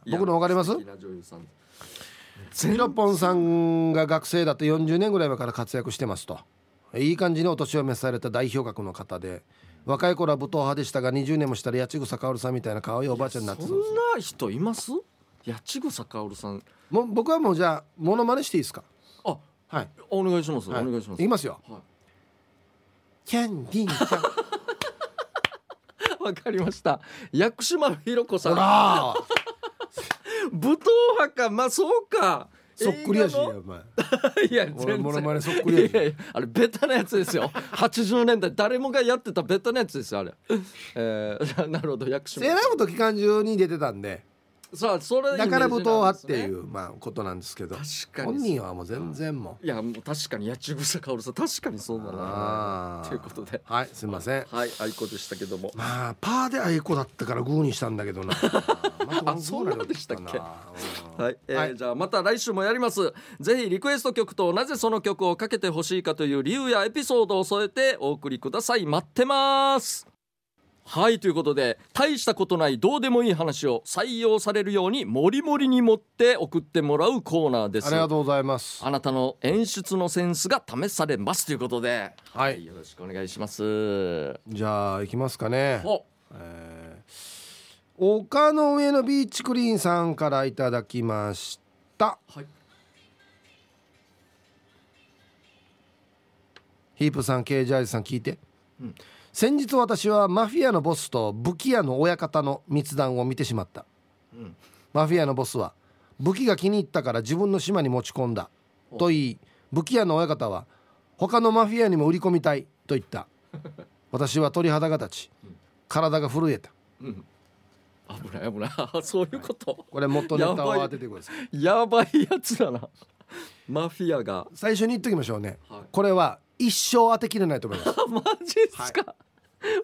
僕の分かります？ヒロポンさんが学生だとよんじゅうねんぐらい前から活躍してますと。いい感じにお年を召された代表格の方で、若い頃は武闘派でしたがにじゅうねんもしたら八千草薫さんみたいな可愛いおばあちゃんになってそうです。 そんな人います？八千草薫さん。 もう僕はもうじゃあモノマネしていいですか？ あ、はい、お願いします、はい、お願いします。 いきますよ、はい、キャンディーちゃん。 わかりました。薬師丸ひろ子さん。 ほら武闘派か、まあそうか、 そっくりやし、お前。 いや俺モノマネそっくりやし。 いやいや、あれベタなやつですよ。はちじゅうねんだい誰もがやってたベタなやつですよあれ。えー、なるほど。薬師丸セーラー服と機関銃に出てたんで、 さあそれだから武闘派っていう、まあ、ことなんですけど、 確かに本人はもう全然もう、いやもう確かに八千草薫さん確かにそうだなということで、 はい、すみません。 はい、あいこでしたけども、 まあパーであいこだったからグーにしたんだけどな。 あ、そうなんでしたっけ。はい、えーはい、じゃあまた来週もやります。ぜひリクエスト曲となぜその曲をかけてほしいかという理由やエピソードを添えてお送りください。待ってます。はい、ということで大したことないどうでもいい話を採用されるようにモリモリに持って送ってもらうコーナーです。 ありがとうございます。 あなたの演出のセンスが試されますということで、 はい、 はい、よろしくお願いします。 じゃあ行きますかね。えー、丘の上のビーチクリーンさんからいただきました、はい、ヒープさん、ケージャージさん聞いて、うん、先日私はマフィアのボスと武器屋の親方の密談を見てしまった、うん、マフィアのボスは武器が気に入ったから自分の島に持ち込んだと言い、武器屋の親方は他のマフィアにも売り込みたいと言った。私は鳥肌が立ち体が震えた、うん、 危ない危ない。そういうこと、 これもっとネタを当ててください。やばいやつだな。マフィアが最初に言っときましょうね、はい、これは一生当てきれないと思います。 マジですか、はい、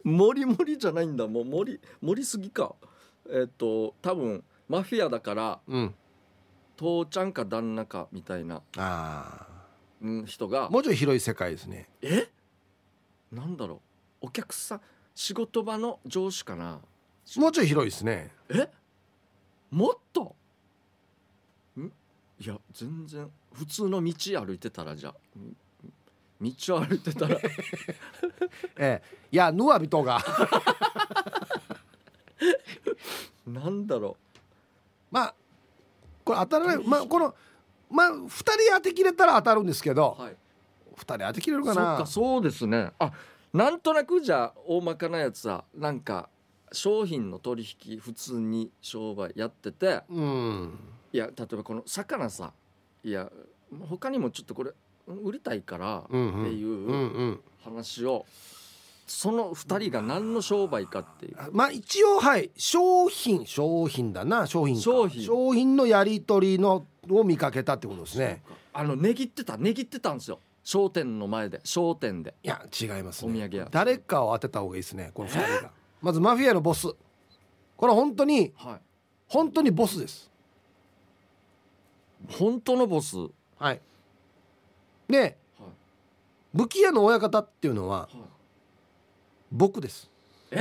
モリモリじゃないんだ。もうモリモリすぎか。えっと多分マフィアだから、うん、父ちゃんか旦那かみたいな、あ、うん、人がもうちょい広い世界ですね。 え、なんだろう、お客さん、仕事場の上司かな。 もうちょい広いですね。 え、もっとん、いや全然普通の道歩いてたら、じゃあ道歩いてたらええ、いやヌアビトがなんだろう、 まあこれ当たらない、まあこのまあふたり当てきれたら当たるんですけど、はい、ふたり当てきれるかな。 そうか、そうですね。あ、なんとなくじゃあ大まかなやつはなんか商品の取引普通に商売やってて、うん、いや例えばこの魚さ、いや他にもちょっとこれ売りたいからっていう話をそのふたりが何の商売かっていう。 まあ一応はい商品商品だな商品か商品商品のやり取りのを見かけたってことですね。 あの値切ってた値切ってたんですよ、商店の前で、商店で。 いや違いますね、 お土産屋誰かを当てた方がいいですねこのふたりが。まずマフィアのボス、これ本当に、はい、本当にボスです。 本当のボス。 はいで、はい、武器屋の親方っていうのは、はい、僕です。 え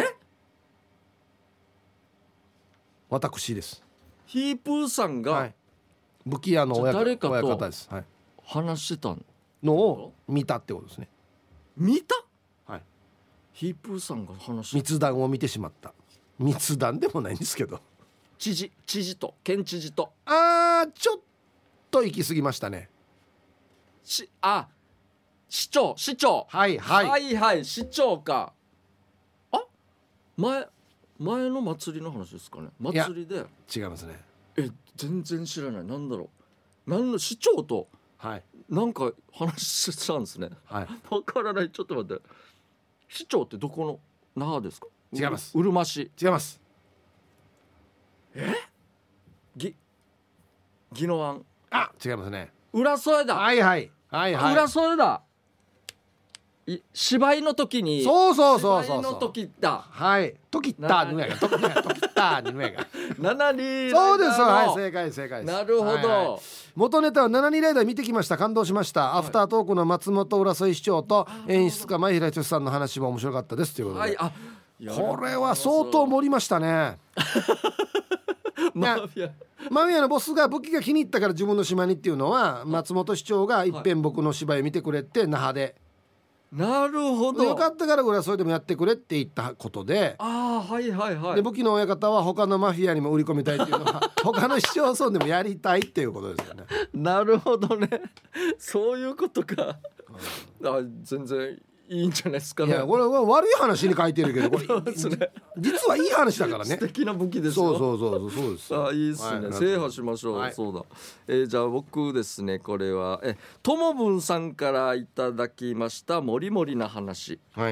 私です。 ヒープーさんが、はい、 武器屋の親方、親方です、はい、 話してたのを見たってことですね。 見た？ はい。 ヒープーさんが話して密談を見てしまった。密談でもないんですけど、 知事知事と県知事とあーちょっと行き過ぎましたね。 しあ市長市長はいはいはいはい市長か。あ前前の祭りの話ですかね。祭りで違いますね。 え全然知らない。なんだろう、なんの市長とはいなんか話してたんですね。 はいわからない。ちょっと待って、市長ってどこの那覇ですか？ 違います。 うるま市。 違います。 えぎ宜野湾。 あ違いますね。 浦添だ。 はいはいはいはい。 浦添だ。い芝居の時に。 そうそうそうそうそう。 芝居の時だ。 はい時ったぬやが時ったぬやが七二そうです。はい正解正解です。 なるほど、はいはい、 元ネタは七二ライダー見てきました。感動しました、はい、アフタートークの松本浦添市長と演出家前平剛さんの話も面白かったですということで、はい、あこれは相当盛りましたねマフィアマフィアのボスが武器が気に入ったから自分の島にっていうのは松本市長がいっぺん僕の芝居見てくれて那覇で、 なるほど、 よかったから俺はそれでもやってくれって言ったことで、 ああはいはいはい。 で武器の親方は他のマフィアにも売り込みたいっていうのは他の市町村でもやりたいっていうことですよねなるほどねそういうことか、うん、あ全然いいんじゃないですかね。 いやこれは悪い話に書いてるけどこれそうです、ね、実はいい話だからね。 素敵な武器ですよ。 そうそうそうそうです。 あいいですね、はい、制覇しましょう、はい、そうだ、えー、じゃあ僕ですね、これはえともぶんさんからいただきましたもりもりな話、 はい、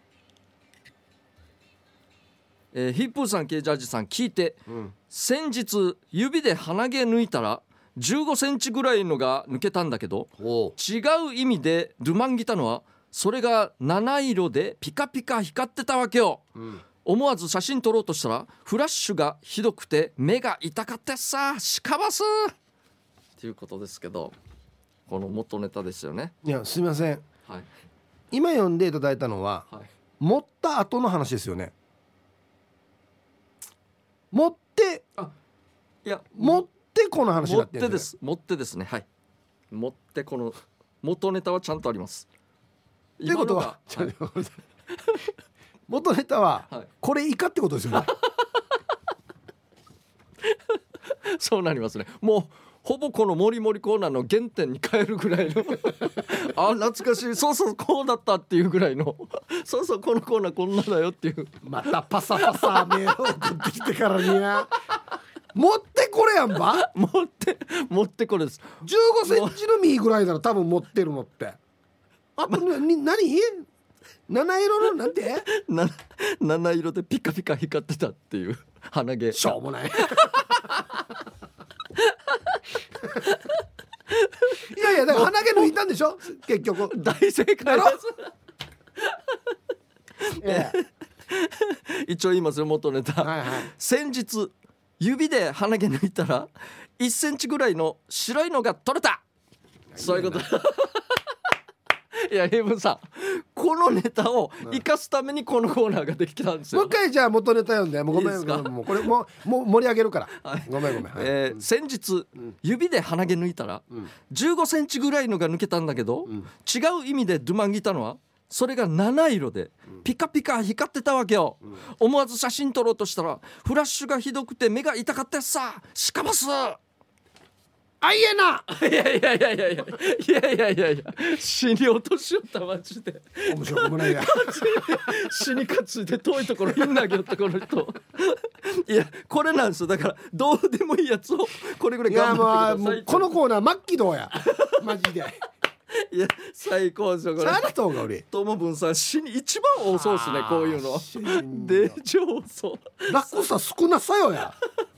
えー、ヒップーさん、ケイジャージさん聞いて、うん、先日指で鼻毛抜いたらじゅうごセンチぐらいのが抜けたんだけど、違う意味でドゥマンギたのはそれが七色でピカピカ光ってたわけよ、うん、思わず写真撮ろうとしたらフラッシュがひどくて目が痛かったさしかばすっていうことですけど、この元ネタですよね。 いやすいません、 はい、 今読んでいただいたのは、はい、持った後の話ですよね。持ってあいや持ってこの話になってるんです。持ってですね、はい、持ってこの元ネタはちゃんとあります。 ってことは、はい、元ネタはこれ以下ってことですよねそうなりますね。もうほぼこのモリモリコーナーの原点に変えるぐらいのあ懐かしい、そうそうこうだったっていうぐらいのそうそうこのコーナーこんなだよっていう、 またパサパサメール送ってきてからにや持ってこれやんば持って持ってこれです。 じゅうごセンチの実ぐらいなら多分持ってるのってあ、ま、何七色のなんて七色でピカピカ光ってたっていう鼻毛。 しょうもないいやいやだから鼻毛抜いたんでしょ結局。 大正解です、ええ、一応言いますよ元ネタ、はいはい、先日指で鼻毛抜いたらいっセンチぐらいの白いのが取れた。そういうこといやヘイブンさんこのネタを生かすためにこのコーナーができたんですよ。 もう一回じゃあ元ネタ読んで。もうごめんいいもうこれもうもう盛り上げるから、はい、ごめんごめん、はい、 えー、先日、うん、指で鼻毛抜いたら、うん、じゅうごセンチぐらいのが抜けたんだけど、うん、違う意味でドゥマンギたのはそれが七色でピカピカ光ってたわけよ、うん、思わず写真撮ろうとしたらフラッシュがひどくて目が痛かったやつさしかますあいえな。 いやいやいやいやいやいやいやいやいや死に落としよったマジで。 面白くもないや死に担いで遠いところに投げよったこの人いやこれなんですよ。だからどうでもいいやつをこれぐらい頑張ってください。いやもうこのコーナー末期どうやマジでいや最高ですよこれ。 チャラトンが俺トモブンさん死に一番多そうですねこういうの。で上層落差少なさよや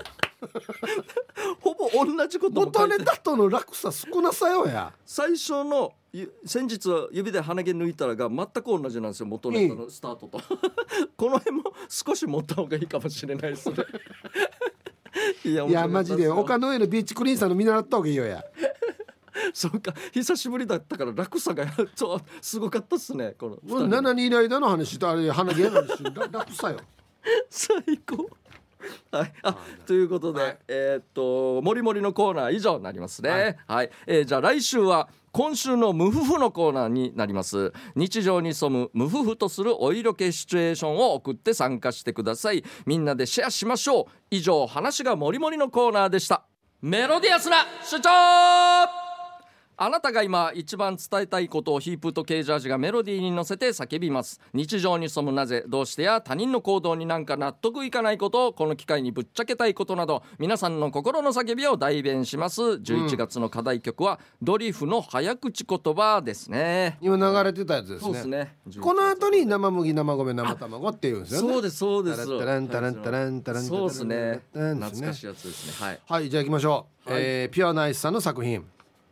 ほぼ同じことも書いて元ネタとの落差少なさよや。 最初の先日は指で鼻毛抜いたらが全く同じなんですよ元ネタのスタートとこの辺も少し持った方がいいかもしれないですねいや、 いやマジで丘の上のビーチクリーンさんの見習った方がいいよやそうか久しぶりだったから落差がやっとすごかったっすねこのななにいの間の話とあれ鼻毛の話落差よ最高はい、あということで、はい、えー、っともりもりのコーナー以上になりますね、はいはい、えー、じゃあ来週は今週の無夫婦のコーナーになります。日常に潜む無夫婦とするお色気シチュエーションを送って参加してください。みんなでシェアしましょう。以上話がもりもりのコーナーでした。メロディアスな主張。あなたが今一番伝えたいことをヒープとケージャージがメロディーに乗せて叫びます。日常に潜むなぜどうしてや他人の行動になんか納得いかないことをこの機会にぶっちゃけたいことなど皆さんの心の叫びを代弁します。じゅういちがつの課題曲はドリフの早口言葉ですね。 今流れてたやつですね。 そうですね。 この後に生麦生米生卵っていうんですよね。 そうですそうです。 タランタランタランタランタランそうですね。懐かしいやつですね。はい、 はい、じゃあ行きましょう、はい、えー、ピュアナイスさんの作品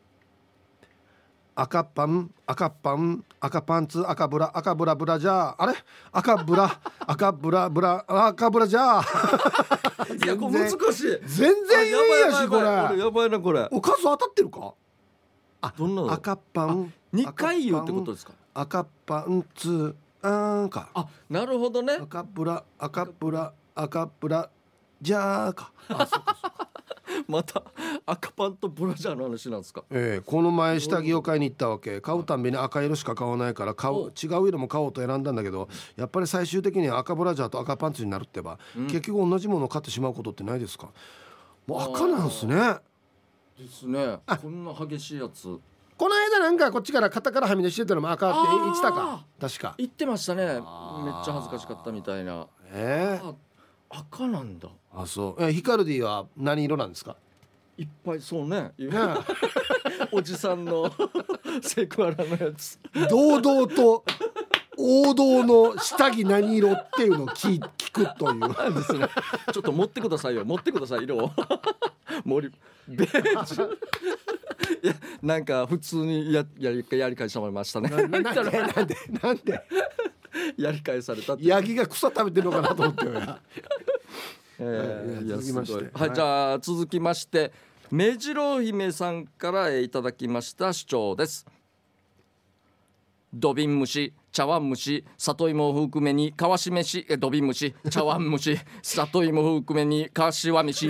赤パン赤パン赤パンツ赤ブラ赤ブラブラじゃあれ赤ブラ赤ブラブラ赤ブラじゃいやこれ難しい全然言えやしこれやばいなこれお数当たってるか。 あどんなの赤パンにかい言うってことですか。 赤パンツあんかあなるほどね。 赤ブラ赤ブラ赤ブラじゃあかあそうかそうかまた赤パンとブラジャーの話なんですか。 えー、この前下着を買いに行ったわけ。買うたんびに赤色しか買わないから買う違う色も買おうと選んだんだけどやっぱり最終的には赤ブラジャーと赤パンツになるってば、うん、結局同じものを買ってしまうことってないですか。もう赤なんすね。 ですね。こんな激しいやつこの間なんかこっちから肩からはみ出してたのも赤って言ってたか確か言ってましたね。めっちゃ恥ずかしかったみたいな。 えー、 赤なんだ。 あそうえヒカルディは何色なんですか。 いっぱいそうねおじさんのセクハラのやつ堂々と王道の下着何色っていうのを 聞, 聞くというですね。ちょっと持ってくださいよ持ってください色を森ベージュいやなんか普通に や, や, りやり返してもらいましたね。な, な, なんでなんでなんでやり返されたってヤギが草食べてるのかなと思ってよやえー、続きまして、はい、じゃあ続きまして目白姫さんからいただきました主張です。土瓶蒸し茶碗蒸し里芋を含めにかわし飯土瓶蒸し茶碗蒸し里芋を含めにかしわ飯い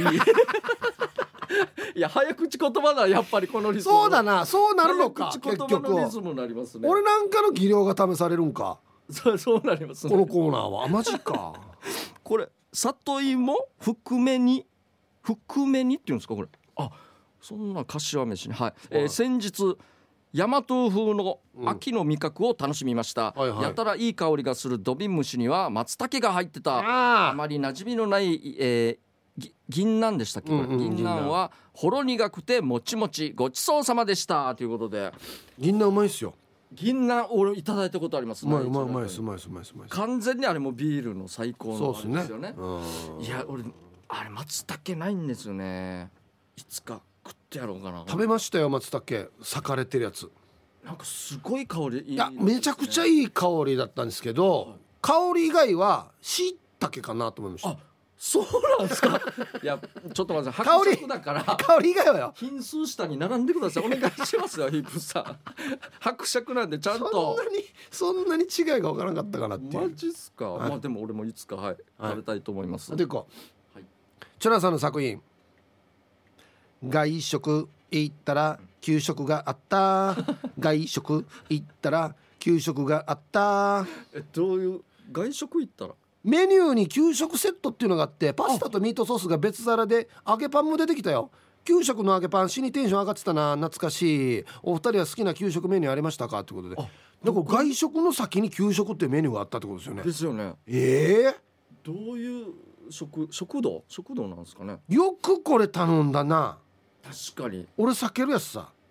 や早口言葉だやっぱりこのリズム。 そうだなそうなるのか早口言葉のリズムになりますね。 俺なんかの技量が試されるんか。 そうそうなりますねこのコーナーはマジかこれ里芋含めに含めにっていうんですかこれ。あそんな柏飯ね。はい、えー、先日大和風の秋の味覚を楽しみました、うんはいはい、やたらいい香りがする土瓶蒸しには松茸が入ってた。あまり馴染みのない、えー、銀杏でしたっけ、うんうん、銀杏はほろ苦くてもちもちごちそうさまでしたということで。 銀杏うまいっすよ。 銀杏俺いただいたことありますね。 うまいうまいうまいですうまいですうまいですうまいです。 完全にあれもビールの最高のあれですよね。 そうですね。 いや俺あれ松茸ないんですよね。いつか食ってやろうかな。 食べましたよ松茸裂かれてるやつ。 なんかすごい香りいい、ね、 いやめちゃくちゃいい香りだったんですけど、はい、香り以外は椎茸かなと思いました。 あそうなんですかいやちょっと待って白色だから香り以外はよ品数下に並んでくださいお願いしますよヒップさん伯爵なんでちゃんとそんなにそんなに違いが分からなかったかなっていう。 マジっすか、はい、まあでも俺もいつか、はいはい、食べたいと思います。 でこう、はい、チョラさんの作品外食行ったら給食があった外食行ったら給食があったえどういう外食行ったらメニューに給食セットっていうのがあってパスタとミートソースが別皿で揚げパンも出てきたよ。給食の揚げパン死にテンション上がってたな懐かしい。お二人は好きな給食メニューありましたかってことで。だから外食の先に給食っていうメニューがあったってことですよね。 ですよね。 ええー、どういう食食堂食堂なんですかね。 よくこれ頼んだな。 確かに俺避けるやつさ。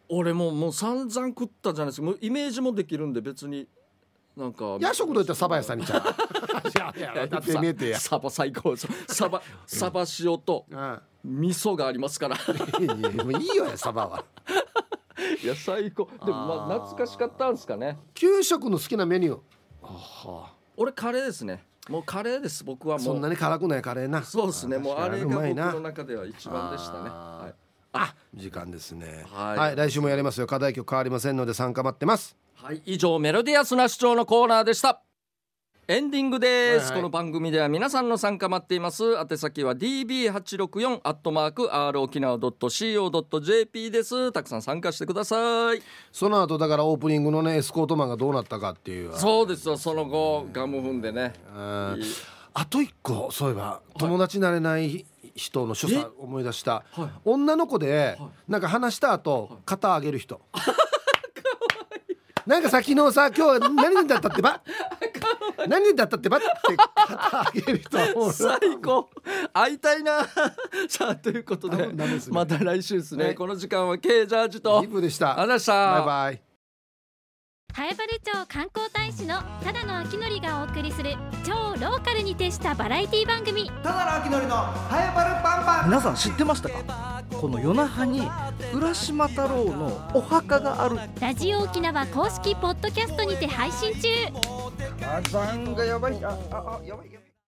俺ももう散々食ったじゃないですか。もうイメージもできるんで別になんか夜食堂行ったらサバ屋さんにちゃういやいやだって見えてやサバ最高サバサバ塩と味噌がありますからもういいよねサバはいや最高でもまあ懐かしかったんですかね。 給食の好きなメニューあは俺カレーですね。もうカレーです。僕はもうそんなに辛くないカレーな。 そうですね。もうあれが僕の中では一番でしたね。 あ、 はい、 あ時間ですね、 はい、 はい、来週もやりますよ。課題曲変わりませんので参加待ってます。 はい、以上メロディアスな主張のコーナーでした。エンディングです、はいはい、この番組では皆さんの参加待っています。宛先は ディービーはちろくよん アットマーク アール 沖縄 ドット シーオー ドット ジェーピー です。たくさん参加してください。 その後だからオープニングのねエスコートマンがどうなったかっていう。 そうですよ。その後ガム踏んでね。 あと一個そういえば、はい、友達になれない人の所作思い出した、はい、女の子で、はい、なんか話した後、はい、肩上げる人なんかさ昨日さ今日何だったってば何だったってばって肩上げる人最高会いたいなさあということで、ね、また来週ですね、ねこの時間は K ジャージとリプでした。 ありがとうございました。 バイバイ。 南風原町観光大使のただの秋のりがお送りする超ローカルに徹したバラエティ番組、 ただの秋のりの南風パンパン。 皆さん知ってましたか？この与那覇に浦島太郎のお墓がある。 ラジオ沖縄公式ポッドキャストにて配信中。 火山がやばい。ああやばい。